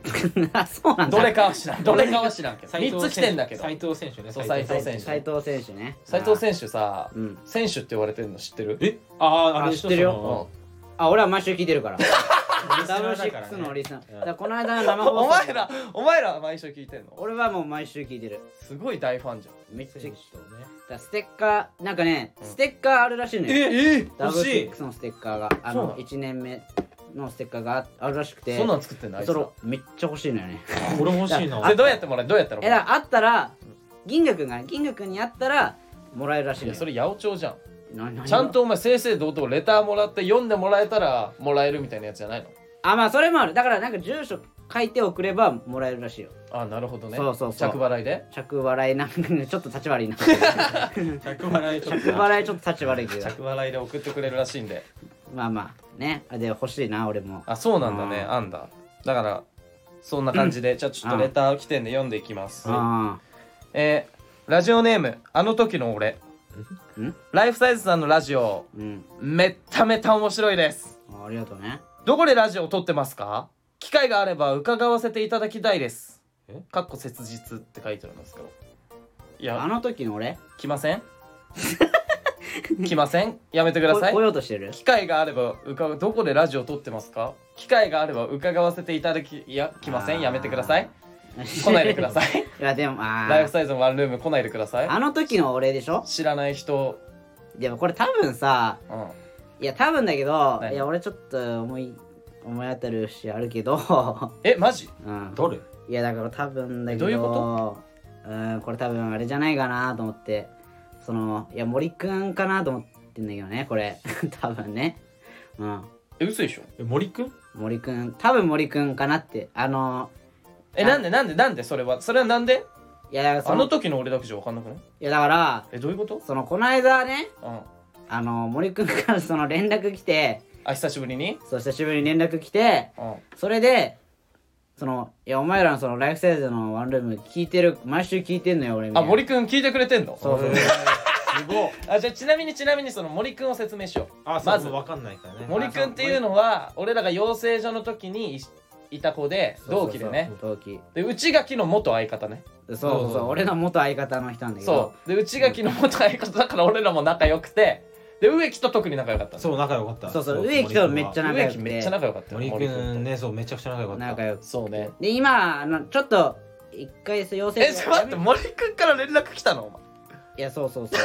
あそうなんだ。 どれかは知らんどれかは知らんけどみっつ来てんだけど斉藤選手ね。 そう斉藤選手斉藤選手ね。 斉藤選手さ、 うん、 選手って言われてるの知ってる？ えあああれ知ってるよ。あ俺は毎週聞いてるからダブルシックスのリスナーだからこの間の生放送お前らお前ら毎週聞いてんの？ 俺はもう毎週聞いてる。 すごい大ファンじゃん。 めっちゃ聞いてる。だステッカーなんかねステッカーあるらしいのよ。 ええダブルシックスのステッカーがあのいちねんめのステッカーがあるらしくて、 そんなん作ってんのあいつら。 それめっちゃ欲しいのよね。 俺も欲しいな。 それどうやってもらえどうやったらもらええだからあったら銀河くんが銀河くんにあったらもらえるらしいのよ。 いやそれ八百長じゃん。 な何がちゃんとお前正々堂々レターもらって読んでもらえたらもらえるみたいなやつじゃないの？ あまあそれもある。だからなんか住所書いて送ればもらえるらしいよ。 あなるほどね。 そうそうそう着払いで着払いなんかちょっと立ち悪いな。着着払いちょっと払いちょっと立ち悪いけど着払いで送ってくれるらしいんで。 まあまあねで欲しいな俺も。 あそうなんだね。あんだ。だからそんな感じで、じゃあちょっとレター来てんで読んでいきます。 あえー、ラジオネームあの時の俺。 んライフサイズさんのラジオうんめっためた面白いです。 ありがとうね。 どこでラジオを撮ってますか？機会があれば伺わせていただきたいです。 えかっこ切実って書いてあるんですけど。いやあの時の俺来ません来ませんやめてください。 来ようとしてる。 機会があれば伺う。どこでラジオ撮ってますか？機会があれば伺わせていただきいや来ません。やめてください。来ないでください。 いやでもあライフサイズのワンルーム来ないでください。 あの時の俺でしょ。 知らない人。 でもこれ多分さうんいや多分だけど何いや俺ちょっと思い思い当たるしあるけどえマジ？ うんどれ？ いやだから多分だけどどういうこうんこれ多分あれじゃないかなと思ってそのいや森くんかなと思ってんだけどねこれ多分ねうんえ嘘でしょ？ え森くん？ 森くん多分森くんかなってあのえなんでなんでなんでそれはそれはなんで？ いやそあの時の俺だけじゃ分かんなくない？ いやだからえどういうこと？ そのこの間ねうんあの森くんからその連絡来てあ久しぶりにそう久しぶりに連絡来てうんそれでそのいやお前らのそのライフサイズのワンルーム聞いてる毎週聞いてんのよ俺みたいな。 あ森くん聞いてくれてんの？ そうそうえーすごい。 あじゃあちなみにちなみにその森くんを説明しよう。 あまずわかんないからね。 森くんっていうのは俺らが養成所の時にいいた子で同期でね。 同期で内垣の元相方ね。 そうそうそう俺の元相方の人なんだけどそうで内垣の元相方だから俺らも仲良くてで植木と特に仲良かったの。 そう仲良かった。 そうそう植木とめっちゃ仲良くて植木めっちゃ仲良かったよ。 森く森くんんねそうめちゃくちゃ仲良かった。 仲良くそうね。 で今あのちょっと一回養成えちょっと待って森くんから連絡来たのお前。 いやそうそうそう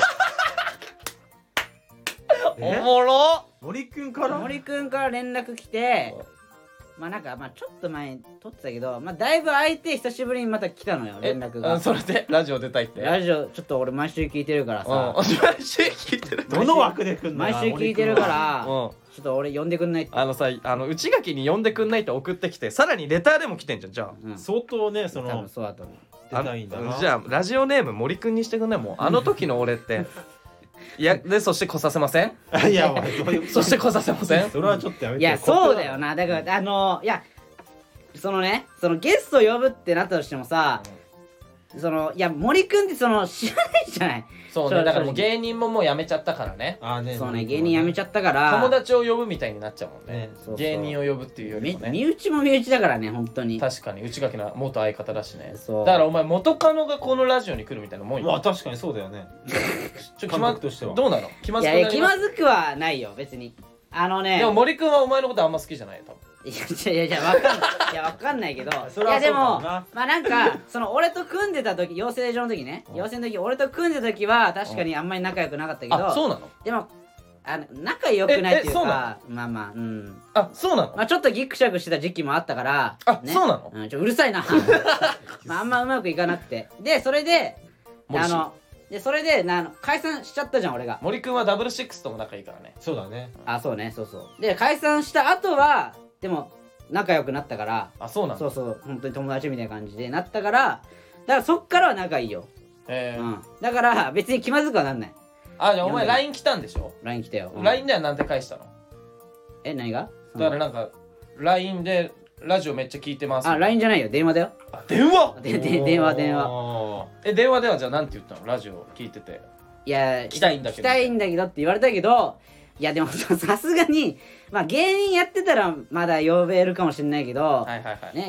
おもろ。 森くんから森くんから連絡来てまあなんかまあちょっと前に撮ってたけどまあだいぶ空いて久しぶりにまた来たのよえ連絡があそれでラジオ出たいって。 ラジオちょっと俺毎週聞いてるからうんさ毎週聞いてる。 どの枠で来んの毎週聞いてるからうんちょっと俺呼んでくんないってあのさあの内垣に呼んでくんないって送ってきてさらにレターでも来てんじゃんじゃあ。 うん相当ねそ多の分そうだと思う出たいんだな。 じゃあラジオネーム森くんにしてくんないもうあの時の俺っていやでそして来させませんあいやお前どういうそして来させませんそれはちょっとやめて。 いやそうだよなだからあのいやそのねそのゲスト呼ぶってなったとしてもさそのいや森くんってその知らないじゃないそうねだからもう芸人ももう辞めちゃったからねあねそうね芸人辞めちゃったから友達を呼ぶみたいになっちゃうもんねねそうそう芸人を呼ぶっていうよりもねみ身内も身内だからね本当に確かに内垣の元相方だしねそうだからお前元カノがこのラジオに来るみたいなもんよまあ確かにそうだよね。感ちょ気ま覚としてはどうなの気まいずくなりますやいや気まずくはないよ別にあのねでも森くんはお前のことあんま好きじゃないよ多分いやいやいやわかんないいやわかんないけどそれはそうだいやでもろうなまあなんかその俺と組んでた時養成所の時ねうん養成の時俺と組んでた時は確かにあんまり仲良くなかったけどあそうなのでもあの仲良くないっていうええそうなかまあまあうんあそうなのまあちょっとギクシャクしてた時期もあったからあねそうなのうんちょうるさいなまああんまうまくいかなくてでそれで森氏あのでそれでなあの解散しちゃったじゃん俺が森くんはダブルシックスとも仲いいからねそうだね。 あそうねそうそうで解散した後はでも仲良くなったからあそうなのそうそう本当に友達みたいな感じでなったからだからそっからは仲いいよ、 えーうん、だから別に気まずくはなんないあじゃあお前読んでライン 来たんでしょライン 来たよ、うん、 ライン ではなんて返したのえ何がだからなんか ライン でラジオめっちゃ聞いてますあ ライン じゃないよ電話だよあ電話でで電話電話話。 え電話ではじゃあなんて言ったのラジオ聞いてていや来たいんだけど来たいんだけどって言われたけどいやでもささすがにまあ芸人やってたらまだ呼べるかもしれないけど、 はいはいはいねじ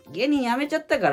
芸人辞めちゃったから、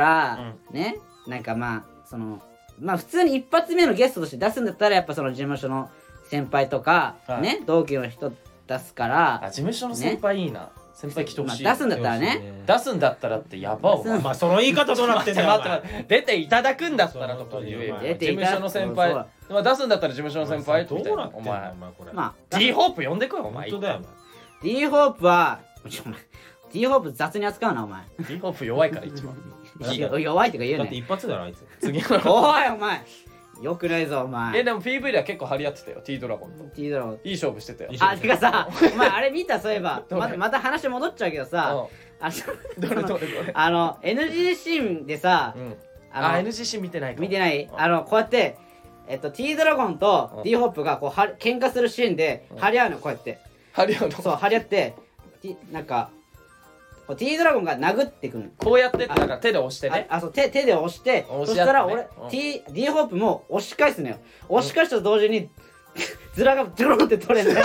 ねなんかまあそのまあ普通に一発目のゲストとして出すんだったらやっぱその事務所の先輩とか、 はいね同期の人出すからあ事務所の先輩いいな、先輩来てほしい、 まあ、出すんだったらね出すんだったらってやばお前まあその言い方どうなってんだよ待って待って待って出ていただくんだったらとか言えよ出ていた事務所の先輩そうまあ出すんだったら事務所の先輩どみたいうななってんのお前お前これまあ D ホープ呼んでこいお前本当だよお前 D ホープはちょお前 D ホープ雑に扱うなお前 D ホープ弱いから一番弱いとか言うねだって一発だろあいつ次のおいお前よくないぞお前えでも ピーブイ では結構張り合ってたよ T ドラゴンと T ドラゴンいい勝負してたよいいあてかさお前あれ見たそういえばどれまたまた話戻っちゃうけどさうあんどれどれどれあの エヌジー シーンでさうんあのあ エヌジーシー 見てないかも見てないうんあのこうやってえっと T ドラゴンとうん D ホップがこうは喧嘩するシーンでうん張り合うのこうやって張り合うのそう張り合って T なんかこう T ドラゴンが殴ってくるこうやってってだから手で押してねああそう手手で押して押そし合ってねしたら俺うん T D ホップも押し返すのよ押し返したと同時にズラがドロンって取れるのよ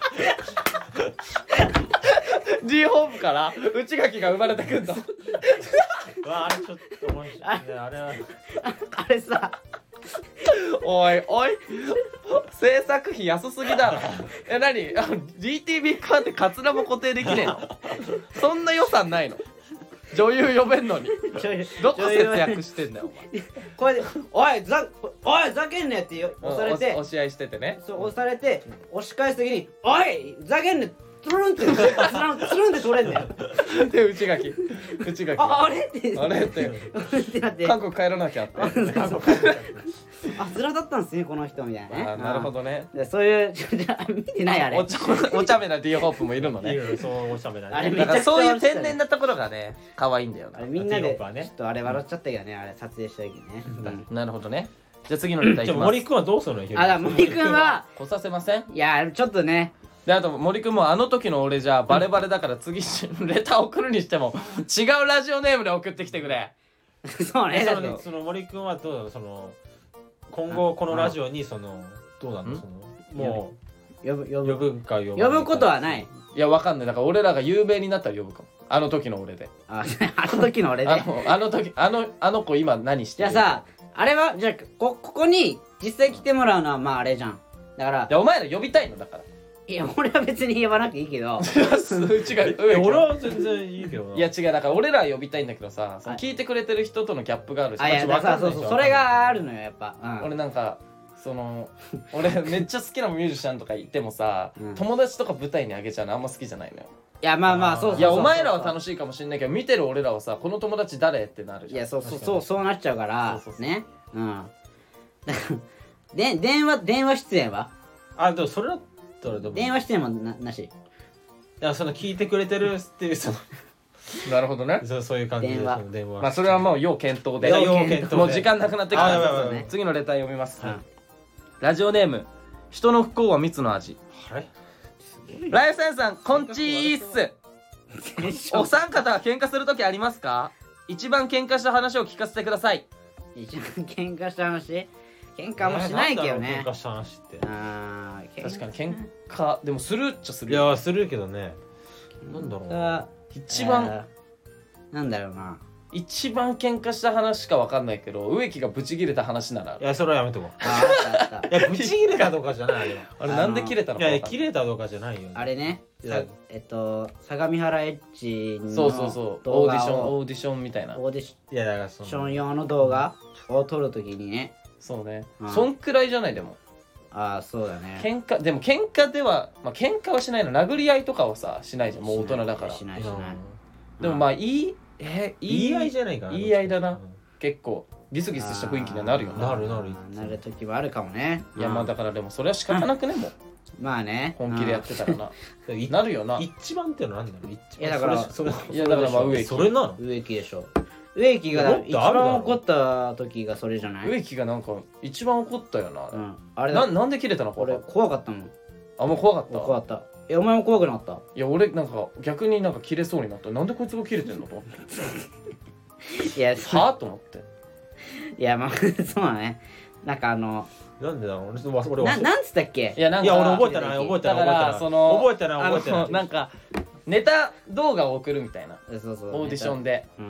D ホープから内垣が生まれてくんだうわあれちょっと面白いあいやあれはあれさおいおい制作費安すぎだろえ何あの ジーティー ビッグワンってカツラも固定できねえのそんな予算ないの女優呼べんのにちょいどこ節約してんだよこれで「おいざおいふざけんね」ってよお前押されて押し合いしててねそう押されて押し返す時に「おいふざけんね」トゥルンってつらんつるんで取れんだよで内垣内垣あがあれってあれってってなって韓国帰らなきゃってあずらだったんですねこの人みたいなねあなるほどねでそういうちょじゃ見てないあれおちゃお茶目な D ホープもいるのねいいよそうおしゃべりあれめだからそういうめちゃくちゃ天然なところがね可愛いんだよなあれみんな D でホープはねちょっとあれ笑っちゃったけどねあれ撮影した時にねうんなるほどねじゃあ次のネタいじゃあきます森くんはどうするのあだ森くんは来させませんいやちょっとねであと森くんもあの時の俺じゃバレバレだから次レター送るにしても違うラジオネームで送ってきてくれそうねえそだってのその森くんはどうなのその今後このラジオにそのどうなのんそのも呼ぶ呼う呼ぶぶか呼ばないか呼ぶことはないいやわかんないだから俺らが有名になったら呼ぶかもあの時の俺でああの時の俺であのあの時あのあの子今何してるじゃあさあれはじゃあこここに実際来てもらうのはまああれじゃんだからいやお前ら呼びたいのだからいや俺は別に呼ばなくていいけどうちがえ俺は全然いいけどないや違うだから俺らは呼びたいんだけどさそのはい聞いてくれてる人とのギャップがあるしあいやだからそうそうそれがあるのよやっぱうん俺なんかその俺めっちゃ好きなミュージシャンとかいてもさ、 うん友達とか舞台にあげちゃうのあんま好きじゃないのよいやまあまあそうそうそういやお前らは楽しいかもしんないけど見てる俺らはさこの友達誰ってなるじゃんいやそうそうそうそうなっちゃうからそうそうそうねうんで電話電話出演はあでもそれだったらでも電話出演もななしいやその聞いてくれてるっていうそのなるほどねそうそういう感じで電話その電話まあそれはもう要検討で要検討でもう時間なくなってきたあやばいやばいそうね次のレター読みます、 うんラジオネーム人の不幸は蜜の味あれライフセンさんこんちーっすお三方は喧嘩するときありますか一番喧嘩した話を聞かせてください一番喧嘩した話喧嘩もしないけどねえーなんだろう喧嘩した話ってあー確かに喧嘩でもするっちゃするいよやするけどねなんだろうなが一番、 えーなんだろうな一番喧嘩した話しかわかんないけど植木がブチ切れた話ならあるいやそれはやめとこうああったあったいやブチ切れたとかじゃないあれはあれなんで切れたのいやいやかわかんない切れたとかじゃないよあれねいやさえっと相模原エッジのそうそうそう動画オーディションをオーディションみたいなオーディシいやだからそのョン用の動画を撮るときにねそうね、 うんそんくらいじゃないでもああそうだね喧嘩でも喧嘩ではまあ喧嘩はしないの殴り合いとかはさしないじゃんもう大人だからしないしないでもまあいいえー、 言い合いじゃゃないかな言い合いだなうん結構ギスギスした雰囲気にはなるよななるなるあーなる時もあるかもねいやまあだからでもそれは仕方なくねもうまあね本気でやってたらないなるよな一番ってのはなんだろう一番いやだからそれそれいやだからまあ植木それなの植木でしょ植木がもっとある一だろ番怒った時がそれじゃない植木がなんか一番怒ったよなあれ、 うんあれだななんで切れたのか俺怖かったもんあもう怖かった怖かったえお前も怖くなったいや俺なんか逆になんか切れそうになったなんでこいつが切れてんのと思っていやはあと思っていやまあそうだねなんかあのなんでだろう俺俺な忘れなんつったっけいやなんかいや俺覚えてない覚えてないだから覚えてないその覚えてない覚えてないあのなんかネタ動画を送るみたいなそうそうオーディションでうん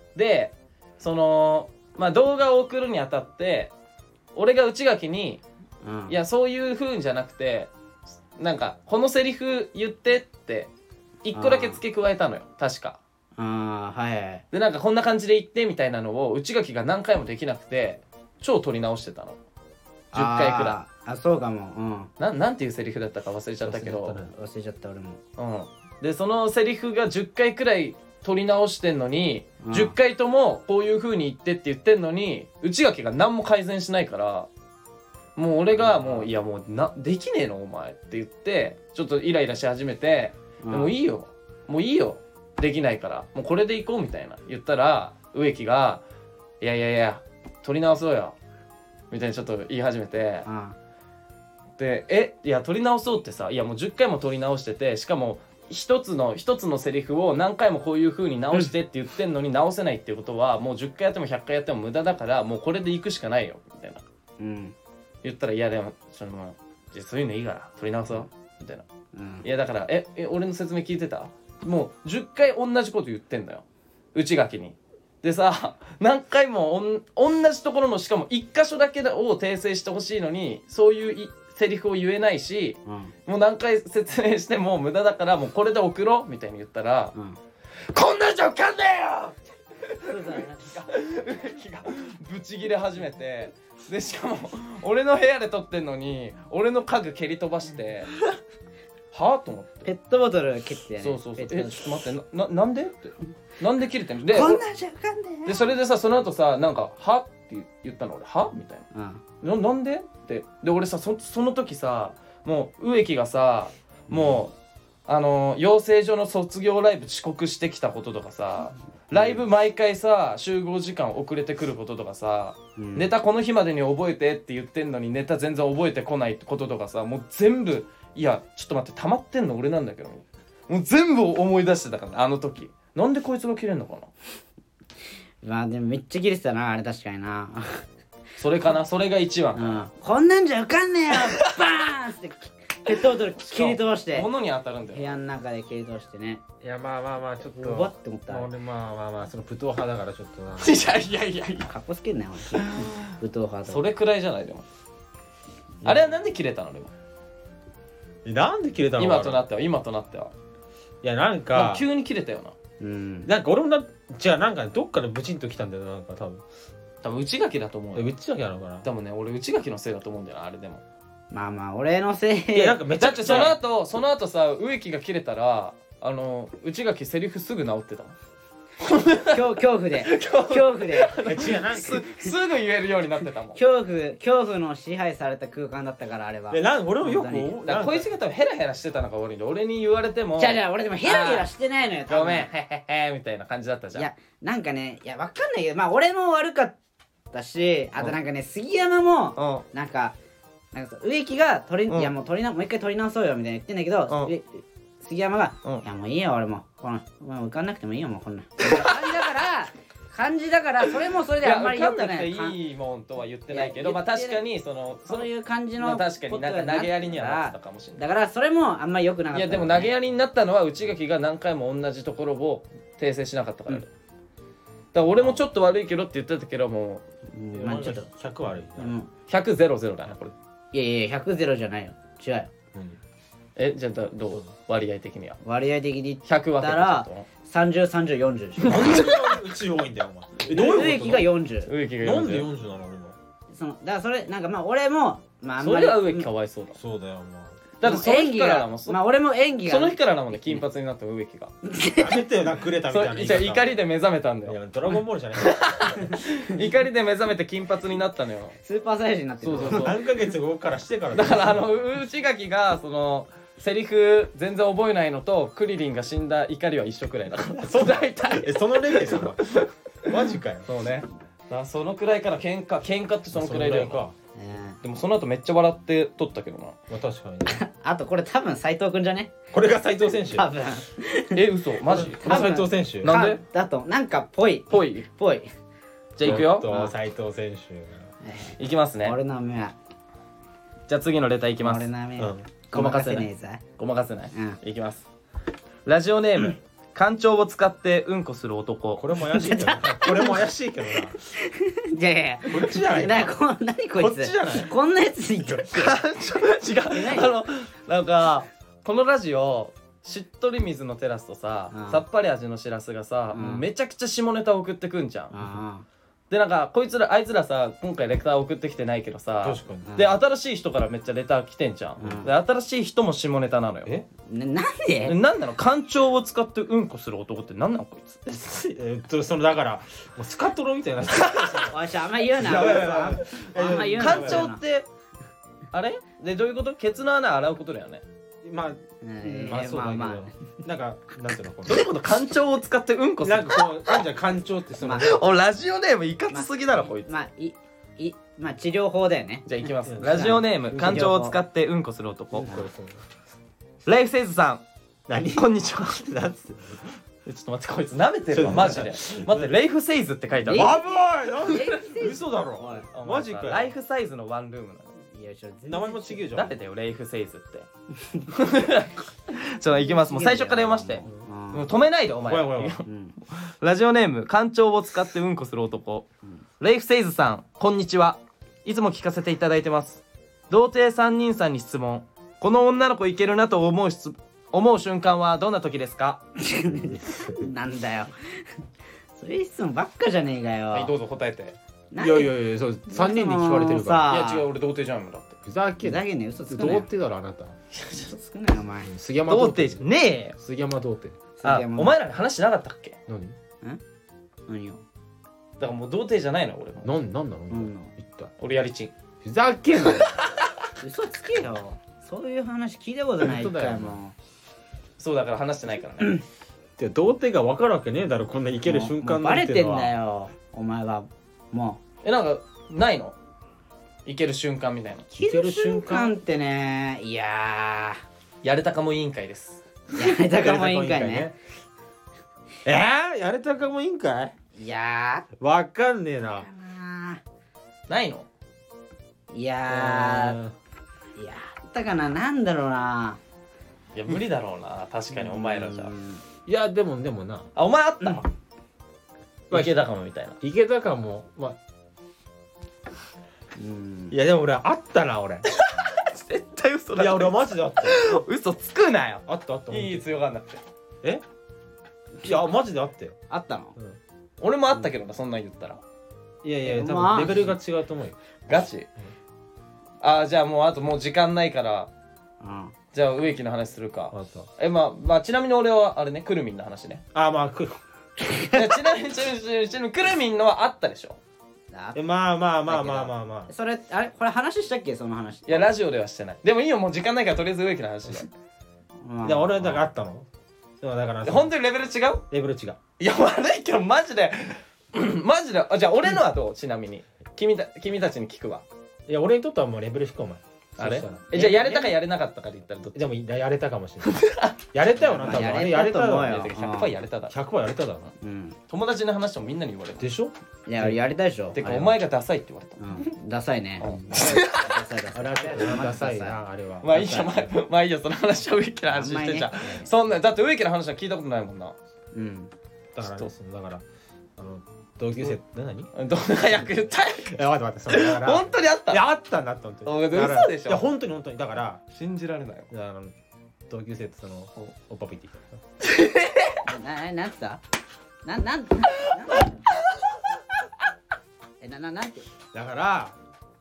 でそのまあ動画を送るにあたって俺が内垣に、うん、いやそういう風じゃなくてなんかこのセリフ言ってって一個だけ付け加えたのよ確か。 ああはい、はい、 でなんかこんな感じで言ってみたいなのを内垣が何回もできなくて超撮り直してたのじゅっかいくらい。 あそうかも、うん、 な, なんていうセリフだったか忘れちゃったけど忘れちゃった俺も、 うん、でそのセリフがじゅっかいくらい撮り直してんのに、うん、じゅっかいともこういう風に言ってって言ってんのに内垣が何も改善しないからもう俺がもう、うん、いやもうなできねえのお前って言ってちょっとイライラし始めて、うん、でもいいよもういいよできないからもうこれでいこうみたいな言ったら植木がいやいやいや撮り直そうよみたいにちょっと言い始めて、うん、でえいや撮り直そうってさいやもうじゅっかいも撮り直しててしかも一つの一つのセリフを何回もこういう風に直してって言ってんのに直せないっていうことはもうじゅっかいやってもひゃっかいやっても無駄だからもうこれでいくしかないよみたいな、うん、言ったらいやでもそのもうそういうのいいから撮り直そうみたいな、うん、いやだからええ俺の説明聞いてたもうじゅっかい同じこと言ってんだよ内垣に。でさ何回もおん同じところのしかも一箇所だけを訂正してほしいのにそういうセリフを言えないし、うん、もう何回説明しても無駄だからもうこれで送ろうみたいに言ったら、うん、こんなんじゃわかんねえよ植木がブチギレ始めてでしかも俺の部屋で撮ってんのに俺の家具蹴り飛ばしてはぁと思ってペットボトル蹴ってやねそうそうそうえちょっと待ってな、な、なんでってなんで切れてんのでこんなんじゃわかんねえよでそれでさその後さなんかはって言ったの俺はみたいな、うん、な, なんでってで俺さ そ, その時さもう植木がさもう、うん、あの養成所の卒業ライブ遅刻してきたこととかさ、うん、ライブ毎回さ集合時間遅れてくることとかさ、うん、ネタこの日までに覚えてって言ってんのにネタ全然覚えてこないこととかさもう全部いやちょっと待って溜まってんの俺なんだけどもう全部思い出してたから、ね、あの時なんでこいつが切れんのかなまあでもめっちゃ切れてたなあれ確かになそれかなそれが一番、うん、 こんなんじゃわかんねえよバーンってペットボトル切り飛ばして物に当たるんだよ部屋の中で切り飛ばしてねいやまあまあまあちょっとうわって思った俺まあまあまあその武闘派だからちょっとないやいやいやいやかっこつけんなよ武闘派とそれくらいじゃないでもあれはなんで切れたのでもなんで切れたの今となっては今となってはいやなんかなんか急に切れたよなうんなんか俺もなじゃあなんかどっかでブチンときたんだよなんか多分多分内垣だと思うよ内垣なのかな多分ね俺内垣のせいだと思うんだよなあれでもまあまあ俺のせいいやなんかめちゃくちゃその後その後さ植木が切れたらあの内垣セリフすぐ直ってたもん恐怖で恐怖で違うなんか す, すぐ言えるようになってたもん恐怖恐怖の支配された空間だったからあれはえなん俺もよくだからこいつが多分ヘラヘラしてたのが悪いんで俺に言われてもじゃあじゃあ俺でもヘラヘラしてないのよごめんへへへみたいな感じだったじゃんいやなんかねいやわかんないけどまあ俺も悪かったしあとなんかね杉山もなんかなんか植木が取り、うん、いやもう取りなもう一回取り直そうよみたいな言ってんだけど、うん、杉山が、うん、いやもういいよ俺もこのもう浮かんなくてもいいよもうこんな感じだから感じだからそれもそれであんまり良くない浮かんなくていいもんとは言ってないけどまあ確かにそのそういう感じの、まあ、 確かになんか投げやりにはなってたかもしれないだからそれもあんまり良くなかった、 ね、いやでも投げやりになったのは内垣が何回も同じところを訂正しなかったから、うん、だから俺もちょっと悪いけどって言ってたけどもう、うん、まあちょっとひゃく悪い、 うん、ひゃくゼロゼロだなこれいやいやひゃくゼロじゃないよ違うよ、うん、 えじゃあどう割合的には割合的に言っひゃくたらさんじゅう、さんじゅう、よんじゅうでしょなんでうち多いんだよお前えどういうこと植木がよんじゅう植木がよんじゅうなんでよんじゅうなの今そのだからそれなんかまあ俺もまああんまりそれは植木かわいそうだそうだよまあだってその日からだもんまあ俺も演技がその日からだもんね金髪になった植木がやめてよなくれたみたいな言い方怒りで目覚めたんだよいやドラゴンボールじゃねえ怒りで目覚めて金髪になったのよスーパーサイヤ人になってるそうそうそう何ヶ月後からしてからだからあの内垣がそのセリフ全然覚えないのとクリリンが死んだ怒りは一緒くらいだからそう大体えそのレベルマジかよそうねだそのくらいから喧嘩喧嘩ってそのくらいだよかでもその後めっちゃ笑って撮ったけどなまあ確かにねあとこれ多分斉藤くんじゃねこれが斉藤選手多分え嘘マジこれ斉藤選手なんでだとなんかぽいぽいぽいじゃあ行くよ斉藤選手いきますね俺の目はじゃあ次のレターいきます俺の目はごまかせねえぞごまかせない、うん、いきますラジオネーム干潮を使ってうんこする男。 これも怪しいけどなこれも怪しいけどな。 いやいやいやこっちじゃないなこ何こいつこっちじゃないこんなやついる違うあのなんかこのラジオしっとり水のテラスとさ、 うんさっぱり味のしらすがさ、 うんもうめちゃくちゃ下ネタ送ってくんじゃん、 あでなんかこいつらあいつらさ今回レター送ってきてないけどさ確かに。 あで新しい人からめっちゃレター来てんじゃん、 うんで新しい人も下ネタなのよ。 えななんえでなんなの干潮を使ってうんこする男ってなんなのこいつ。 えっとそのだからもうスカトロみたいな。 おいしあんま言うなやばいやばいやばいあんま言うな干潮ってあれでどういうこと？ケツの穴洗うことだよね。 まあうんまあそうだけど、 まあまなんかなんていうのこどういうこと？干潮を使ってうんこするなんかこうなんじゃ干潮ってその、 まおラジオネームいかつすぎだろこいつ。 まあいいまあ治療法だよねじゃあいきます。 うんラジオネームうん干潮を使ってうんこする男。 これそうレイフセイズさん、 何こんにちは。 なんつってえちょっと待ってこいつ舐めてるわマジで。待ってレイフセイズって書いてある。 レイ危ないなんで嘘だろおいお前マジかよライフサイズのワンルームなの。 いやちょ全然名前も違うじゃん誰だよレイフセイズって。ちょっといきますもう最初から読まして。 うんもう止めないでお前。 ごめんごめんごめんうんラジオネーム干潮を使ってうんこする男、 んレイフセイズさんこんにちは。いつも聞かせていただいてます。童貞さんにんさんに質問。この女の子いけるなと思う質思う瞬間はどんな時ですか？ なんだよそういう質問ばっかじゃねえかよはいどうぞ答えて。 なんでいやいやいやそうさんにんに聞かれてるからさあいや違う俺童貞じゃんもんだって。 ふざけんなふざけんなよ嘘つく童なよ貞だろあなた嘘つくなよお前杉山童童貞貞じゃねえよ。 杉山童貞あ杉山お前らに話しなかったっけ？ 何何よだからもう童貞じゃないの俺も。 なんなんなのなんだ一体俺やりちん。 ふざけんなよ嘘つけよそういう話聞いたことない一本当だよ回もそうだから話してないからね。 で童貞が分かるわけねえだろこんないける瞬間もうバレてんだよよお前はもえなんかないの？いける瞬間みたいな。 う聞ける瞬間ってねいややれたかも委員会です。 ーやれたかもいいんかいねえー、やれたかもいいんかいいやわかんねえなーかなないの？ いやーいやあったかななんだろうないや無理だろうな確かにお前らじゃ。 うんいやでもでもなあお前あった？ うんいけたかもみたいな。 いけたかもまあうんいやでも俺あったな俺絶対嘘いや俺マジであったよ嘘つくなよ。 あったあったいい強がんなくて。 えいやマジであったよ、 あったのうん、 俺もあったけどなそんなん言ったら。 いやいや多まあ分レベルが違うと思うよガチ？あーじゃあもうあともう時間ないからうんじゃあ植木の話するか。 あったえまあまあちなみに俺はあれねくるみんの話ね。 あまあくいやちなみにちなみにちなみにちなみにくるみんのはあったでしょ。 あえまあまあまあまあまあまあそれあれこれ話したっけその話いやラジオではしてない。でもいいよもう時間ないからとりあえず植木の話で。 うんで俺だからあったのでもだからで本当にレベル違う？ レベル違ういや悪いけどマジでマジであじゃあ俺のはどう？ちなみに君た君たちに聞くわ。 いや俺にとってはもうレベル低いお前あれそしたらえじゃあやれたかやれなかったかで言ったらどっち？ でもやれたかもしれないやれたよな多分まああれやれただろやれたと思うよひゃくパーセントやれただろ。 ひゃくパーセントやれただろうん友達の話もみんなに言われて。 でしょいややりたいでしょてかあれはお前がダサいって言われた。 うんダサいねうんダサいダサいあれはちょっとダサいなあれはまあいいよまあまあいいよその話は植木の話してじゃん。そんなだって植木の話は聞いたことないもんな。 うんだからちょっとそのだからあの同級生って何いどんな早く言ったよ。 や待って待ってそのだから本当にあったいやあったんだって本当おいにだから嘘でしょいや本当に本当にだから信じられないよ。 あの同級生とそのおっぱぷいって言ったなななんつったななんなんえなななんてだから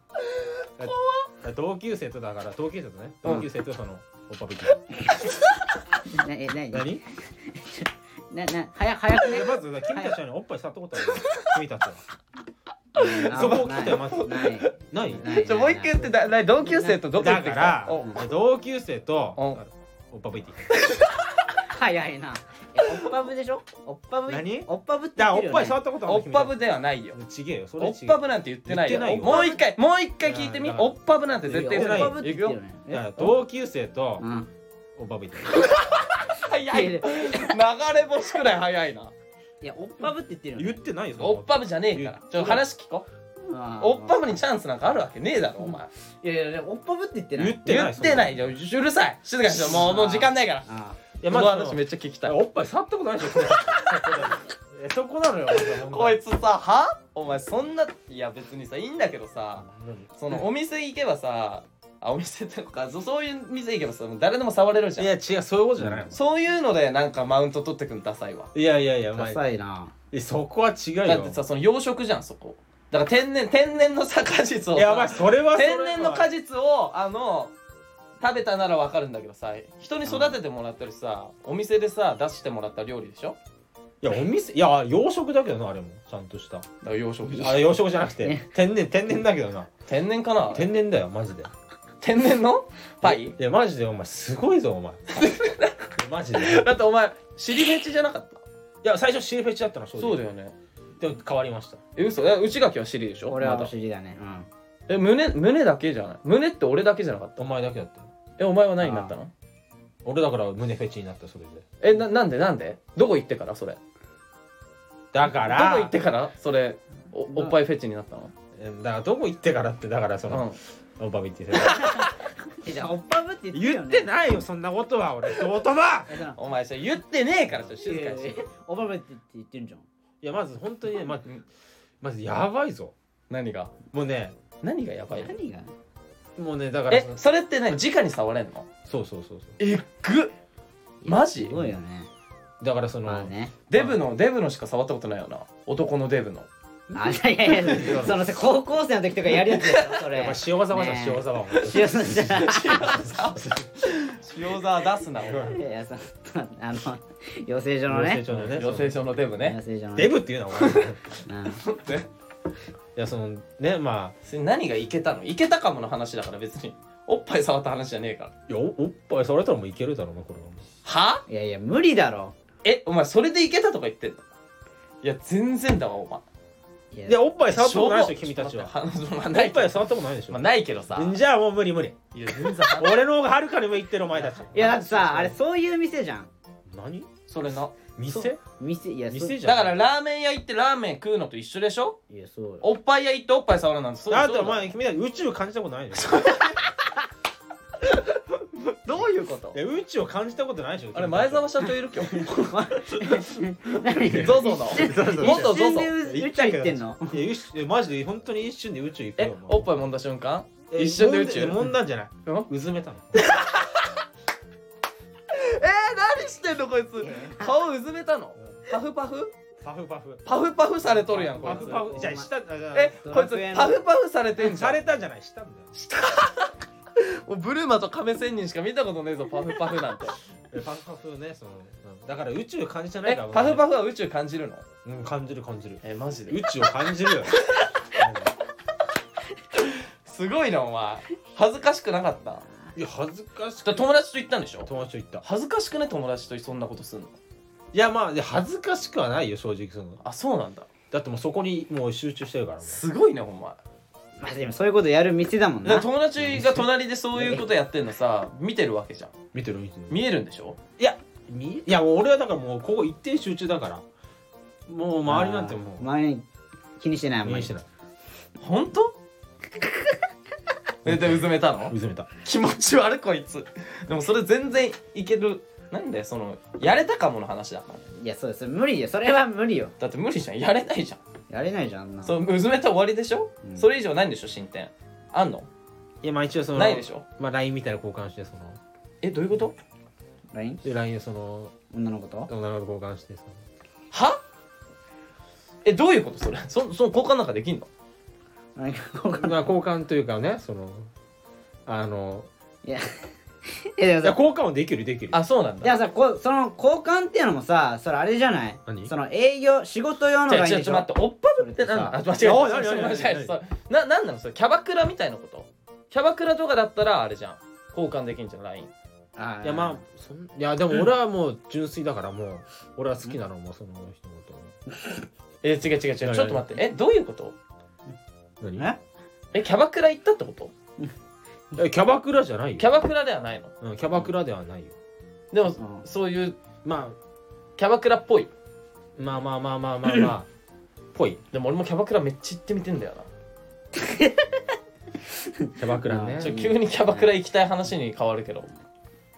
同級生とだから同級生とね同級生とそのおっぱぷいって言っなえなた何なな早早くねいやまず君たちはねおっぱい触ったことあるよ君たちはうんそこ来てますないないないじゃあもう一回言ってだだ同級生とどこ行ってきだからた？お同級生とおおっぱぷいって言った早いなえおっぱぶでしょおっぱぶ何おっぱぶってだからおっぱい言ってるよね触ったことあるおっぱぶではないよ。 ちげえよそれおっ違うぱぶなんて言ってないよ。 言ってないよもう一回もう一回聞いてみ。 いやだからおっぱぶなんて絶対言ってないよ。 おっぱぶっていくよ言ってるよ。ねだから同級生とうんおっぱぷいって言った早い。流れ星くらい早いな。 いやおっぱぶって言ってるよね言ってないよそんなことおっぱぶじゃねえから。ちょっと話聞こう。 あーおっぱぶにチャンスなんかあるわけねえだろお前。 いやいやいやおっぱぶって言ってない言ってない言ってないよ。うるさい。静かにしろ。もうもう時間ないから。 あやまずまず話めっちゃ聞きたい。 おっぱい触ったことないでしょえそこなのよこいつさはお前そんないや別にさいいんだけどさそのお店行けばさあお店とかそそういう店行けばさ誰でも触れるじゃん。 いや違うそういうことじゃないの、 そういうのでなんかマウント取ってくんダサいわ。 いやいやいやダまあサいな。 えそこは違うよだってさその養殖じゃんそこ。だから天然天然のさ果実をさいやまあそれはそれは天然の果実をあの食べたならわかるんだけどさ人に育ててもらったりさ、お店でさ出してもらった料理でしょ。 いやお店いや養殖だけどなあれもちゃんとしただから養殖じゃん。 あ養殖じゃなくて天然天然だけどな天然かな。 天然だよマジで天然のパイいやマジでお前すごいぞお前マジでいだってお前尻フェチじゃなかった。 や最初シーフェチだったの正直そうだよね。 でも変わりましたえ嘘え内垣は尻でしょ。 俺はまだお尻だね。 え胸胸だけじゃない。胸って俺だけじゃなかった。 お前だけだったよえお前は何になったの。 俺だから胸フェチになったそれでえななんでなんでどこ行ってからそれだからどこ行ってからそれ お, おっぱいフェチになったの。 えだからどこ行ってからってだからその、おっぱびって言ってうん。じゃあおっぱぶって言ってる言よね。 ってないよそんなことは俺どうともえそのお前それ言ってねえからちょっと静かにしいやいやおっぱぶって言ってるじゃん。 いやまず本当にねままずやばいぞ何がもうね何がやばいの。 何が？ もうねだからえそのそれって何直に触れんの。 そうそうそうそうえっぐマジすごいよね。 だからその、 まあね。 デブのデブのしか触ったことないよな男のデブの。 あいやいやそのさ高校生の時とかやるやつだよそれ。 やっぱ塩技はさね塩技は塩さじゃない。 塩沢出すなお前。 いやいやそあの養成所のね。 養成所のね養成所のデブ養ね。 成所のね。 デブっていうのはお前いうんやそのねまそれ何がいけたの。いけたかもの話だから別におっぱい触った話じゃねえから。 あいや お, おっぱい触れたらもういけるだろうなこれはもうはいやいや無理だろ。 えお前それでいけたとか言ってんの。いや全然だわお前。 いやいやおっぱい触ったことないでしょしょ君たちはちょっと待ってまあおないけどっぱい触ったことないでしょ、 まあないけどさ。 じゃあもう無理無理いや全然俺の方がはるかにも言ってるお前たちいやだってさあれそういう店じゃん。 何それな。 店店いやそ店じゃんだからラーメン屋行ってラーメン食うのと一緒でしょ。 いやそうよ。 おっぱい屋行っておっぱい触るなんてそうだってそうだお前君たち宇宙感じたことないでしょどういうこと。 いや宇宙を感じたことないでしょあれ前澤社長いる今日。 何ゾゾの元ゾゾ。 一瞬で宇宙行ってんの？ いや一瞬マジで本当に一瞬で宇宙行くえよもうおっぱい揉んだ瞬間え一瞬で宇宙。 揉んだんじゃないうんうずめたのえー、何してんのこいつ。顔うずめたの。パフパフパフパフパフパフされとるやんこいつ。 パフパフじゃあしたえこいつパフパフされてんじゃん。 されたんじゃないしたんだよもうブルマと亀仙人しか見たことねえぞパフパフなんて。 えパフパフねそのうんだから宇宙感じてないえからパフパフは宇宙感じるの。 うん感じる感じるえマジで宇宙を感じるよすごいなお前。恥ずかしくなかった。 いや恥ずかしくだ友達と行ったんでしょ。 友達と行った恥ずかしくね友達とそんなことすんの。 いやまあいや恥ずかしくはないよ正直そのあそうなんだ。 だってもうそこにもう集中してるからもうすごいねお前。 まあでもそういうことやる店だもんな。 だから友達が隣でそういうことやってんのさ見てるわけじゃん。 見てる見てる見えるんでしょ。 いやみいやもう俺はだからもうここ一点集中だからもう周りなんてもう周りに気にしてないあんまり気にしてない本当。えでうずめたの。 うずめた気持ち悪いこいつ。でもそれ全然いける。なんだよそのやれたかもの話だから。 いやそうです無理よそれは無理よ。 だって無理じゃんやれないじゃん。 やれないじゃんあんな。 そううずめたら終わりでしょ、 うんそれ以上ないんでしょ進展あんの。 いやまあ一応そのないでしょ。 まあ ライン みたいな交換してそのえどういうこと。 ラインで ライン でその女の子と女の子と交換してそのはえどういうことそれ。そその交換なんかできんの。 何か交換まあ交換というかねそのあのいやいやでもさいや交換もできるできるあそうなんだ。 でもさこうその交換っていうのもさそれあれじゃない何その営業仕事用のじゃあちょラインでしょ。 ちょ待っておっぱぶってなんだ。あ間違えたおい何何何間違えたそうななんなのそれキャバクラみたいなこと。キャバクラとかだったらあれじゃん交換できんじゃん ライン。 あーいやまあそんいやでも俺はもう純粋だからもう俺は好きなのもその人のことえ違う違う違うちょっと待ってえどういうこと。 何ええキャバクラ行ったってこと。 えキャバクラじゃないよキャバクラではないの。 うんキャバクラではないよでもうんそういうまキャバクラっぽい。 あまあまあまあまあまあまあぽいでも俺もキャバクラめっちゃ行ってみてんだよな。 キャバクラねちょ急にキャバクラ行きたい話に変わるけど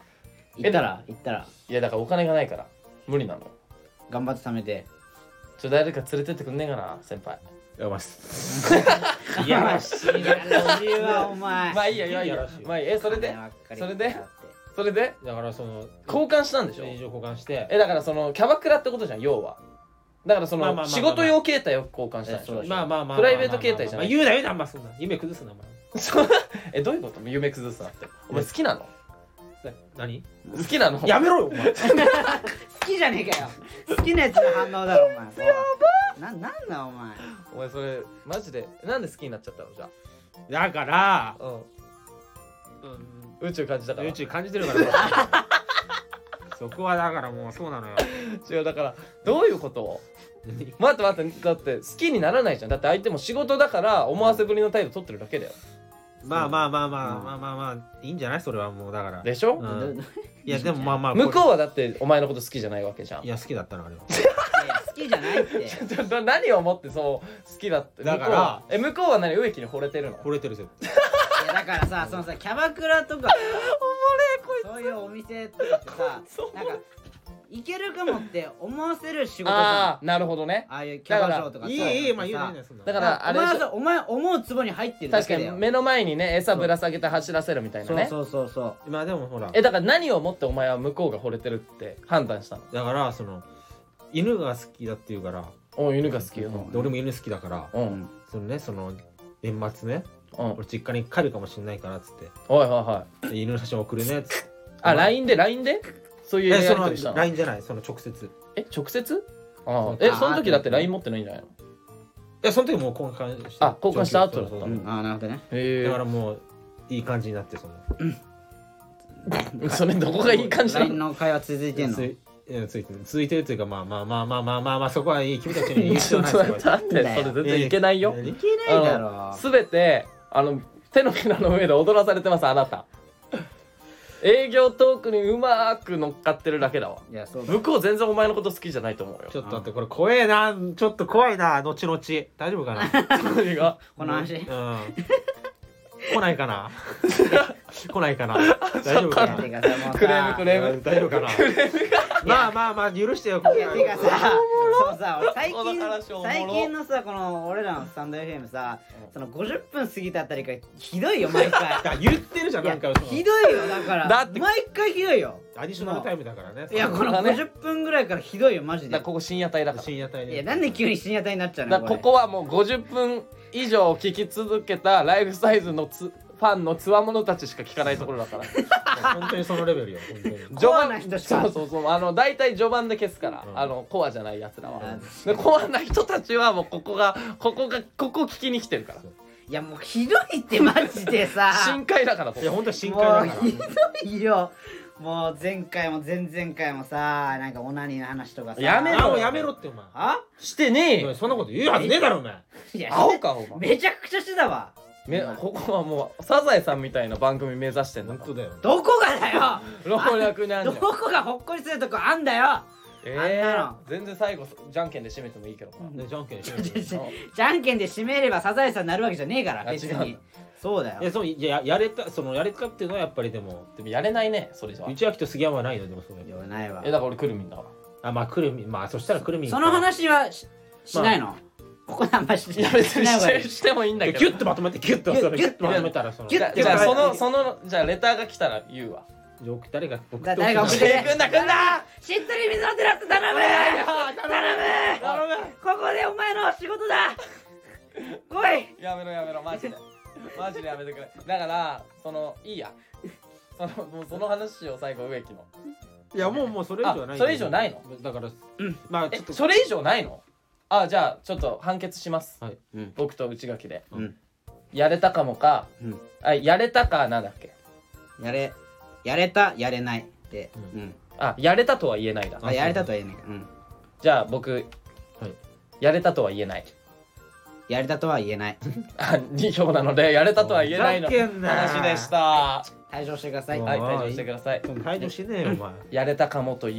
行ったら行ったらいやだからお金がないから無理なの。 頑張って貯めて。 ちょ誰か連れてってくんねえかな先輩。 やばいっすいやらしいな路地はお前。 まあいいやいやいやまあいいえそれでそれでそれでだからその交換したんでしょ。 以上交換してえだからそのキャバクラってことじゃん要は。だからそまあまあまあまあの仕事用携帯を交換したんでしょ。 そうでしょまあまあまあプライベート携帯じゃないまあ言うな言うなあんまそんな夢崩すなお前そうえどういうこと夢崩すなってお前好きなのな何好きなのやめろよお前好きじゃねえかよ。好きなやつの反応だろお前。やば。ななんだお前。 お前それマジでなんで好きになっちゃったのじゃだからあ、うん、 うん宇宙感じたから宇宙感じてるからそこはだからもうそうなのよ違うだからどういうこと待って待ってだって好きにならないじゃん。だって相手も仕事だから思わせぶりの態度取ってるだけだよ。 まあまあまあまあうんまあまあまあいいんじゃないそれはもうだからでしょ、 うんいやでもまあまあ向こうはだってお前のこと好きじゃないわけじゃん。 いや好きだったのあれはいや好きじゃないって。 ちょっと何を思ってそう好きだってだから向こうはえ向こうは何植木に惚れてるの。 惚れてるぜいやだからさそのさキャバクラとかそういうお店とかってさなんかいけるかもって思わせる仕事じゃん。 ああなるほどね。 ああいうキャバ嬢とかさいいいいまあ言うなさ言うなそんなだからあれでしょお前はさお前思うツボに入ってるだ確かけだよ。 に目の前にね餌ぶら下げて走らせるみたいなね。 そうそうそうそう。 まあでもほらえだから何をもってお前は向こうが惚れてるって判断したの。 だからその犬が好きだっていうからお犬が好きよ。 うんで俺も犬好きだからうん、ううんんそのねその年末ねおい俺実家に帰るかもしれないからっつってはいはいで犬の写真送るねっつってあ ライン で ライン でそういうやりえその取りしたの。 ライン じゃないその直接え直接ああえその時だって ライン 持ってないんじゃないの。 いやその時もう交換してあ交換した後だったそうそううんああなるほどね。 へだからもういい感じになってそのえそれどこがいい感じなラインの。 の会話続いてんの。 ついいやついてる続いてるっていうかまあまあまあまあまあまあまあそこはいい君たちに言う必ちょっ要ないですと待って待ってそれ全然いけないよ。 何いけないだろ。 すべてあの手のひらの上で踊らされてますあなた。営業トークにうまーく乗っかってるだけだわ。 いやそうだ。 向こう全然お前のこと好きじゃないと思うよ。 ちょっと待ってこれ怖えなちょっと怖いな後々大丈夫かな何がこの話。 うん来ないかな来ないかな大丈夫かなてかさもうさクレームクレーム大丈夫かなまあまあまあ許してよいやてかさそうさ俺最この近話おもろ最近のさこの俺らのスタンド エフエム さそのごじゅっぷん過ぎたあたりからひどいよ毎回。 いや言ってるじゃんいやなんかそのひどいよだからだって毎回ひどいよ。 アディショナルタイムだからねいやこのごじゅっぷんぐらいからひどいよマジで。 だからここ深夜帯だから。 深夜帯いやなんで急に深夜帯になっちゃうのだからここはもうごじゅっぷん以上聞き続けたライフサイズのつファンのつわものたちしか聞かないところだから本当にそのレベルよ本当に序コアな人しかそうそうそうあの大体序盤で消すから、 うんあのコアじゃないやつらは、 うんでコアな人たちはもうここがここがここ聞きに来てるからいやもうひどいってマジでさ深海だからここいや本当に深海だからもうひどいよ。もう前回も前々回もさなんかオナニーの話とかさやめろあもうやめろってお前あしてねえよお前そんなこと言うはずねえだろお前いやアホかお前めちゃくちゃしてたわ。 めここはもうサザエさんみたいな番組目指してんだか本当だよどこがだよら老若男ど女こがほっこりするとこあんだよ。 えあんなのー、全然最後じゃんけんで締めてもいいけどな、 ねじゃんけんしようじよじゃんけんで締めればサザエさんになるわけじゃねえからあ違う別に。そうだよいやそういややれたそのやれたっていうのはやっぱりでもでもやれないねそれじゃ内脇と杉山はないのでもそれいやないわえだから俺くるみんだからあまあくるみまあそしたらくるみんかその話はししないのここであんましいや別にしない方がいいしてしてもいいんだけどギュッとまとめてギュッとそれギュッギュッとまとめたらそのじゃギュッてじゃあそのそのじゃあレターが来たら言うわじゃあ誰が送だって誰が送ってくれくんだくんだしっとり水のテラス頼む頼むここでお前の仕事だ来い。 やめろやめろマジでマジでやめてくれだからそのいいやそのもうその話を最後植木のいやもうもうそれ以上はないあそれ以上ないのだからうんえまあちょっとそれ以上ないのあじゃあちょっと判決します、 はいうん僕と内垣でうんやれたかもかうんあやれたかなんだっけやれやれたやれないでううんあやれたとは言えないだあやれたとは言えないうんじゃあ僕、 はいやれたとは言えないやれたとは言えないあに票なのでやれたとは言えないのふざけんな話でした退場してくださいもうはい退場してください退場しねえよお前やれたかもと言え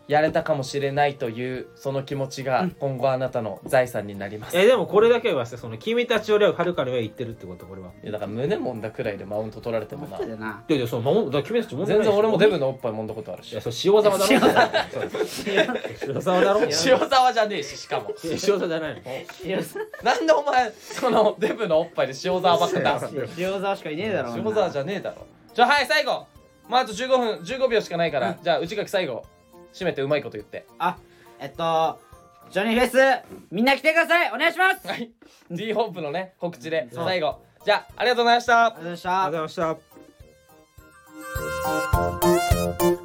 やれたかもしれないというその気持ちが今後あなたの財産になります。 えでもこれだけはさ、その君たちよりははるかに上行ってるってこと、これは。 いやだから胸もんだくらいでマウント取られてもな。 そうだよな。 いやいや、その守だから君たちも全然俺もデブのおっぱい揉んだことあるし。 いや、それ塩沢だろ。塩沢だろ。 塩沢じゃねえし、しかも塩沢じゃないの。 塩沢なんでお前そのデブのおっぱいで塩沢ばっか出す。 塩沢しかいねえだろ。 塩沢じゃねえだろ。じゃあはい最後、まああとじゅうごふんじゅうごびょうしかないから、じゃあ内垣最後締めてうまいこと言って。 あ、えっとジョニーフェスみんな来てください、お願いします。 はい D ホープのね告知で最後、じゃあありがとうございました。 ありがとうございました。 ありがとうございました。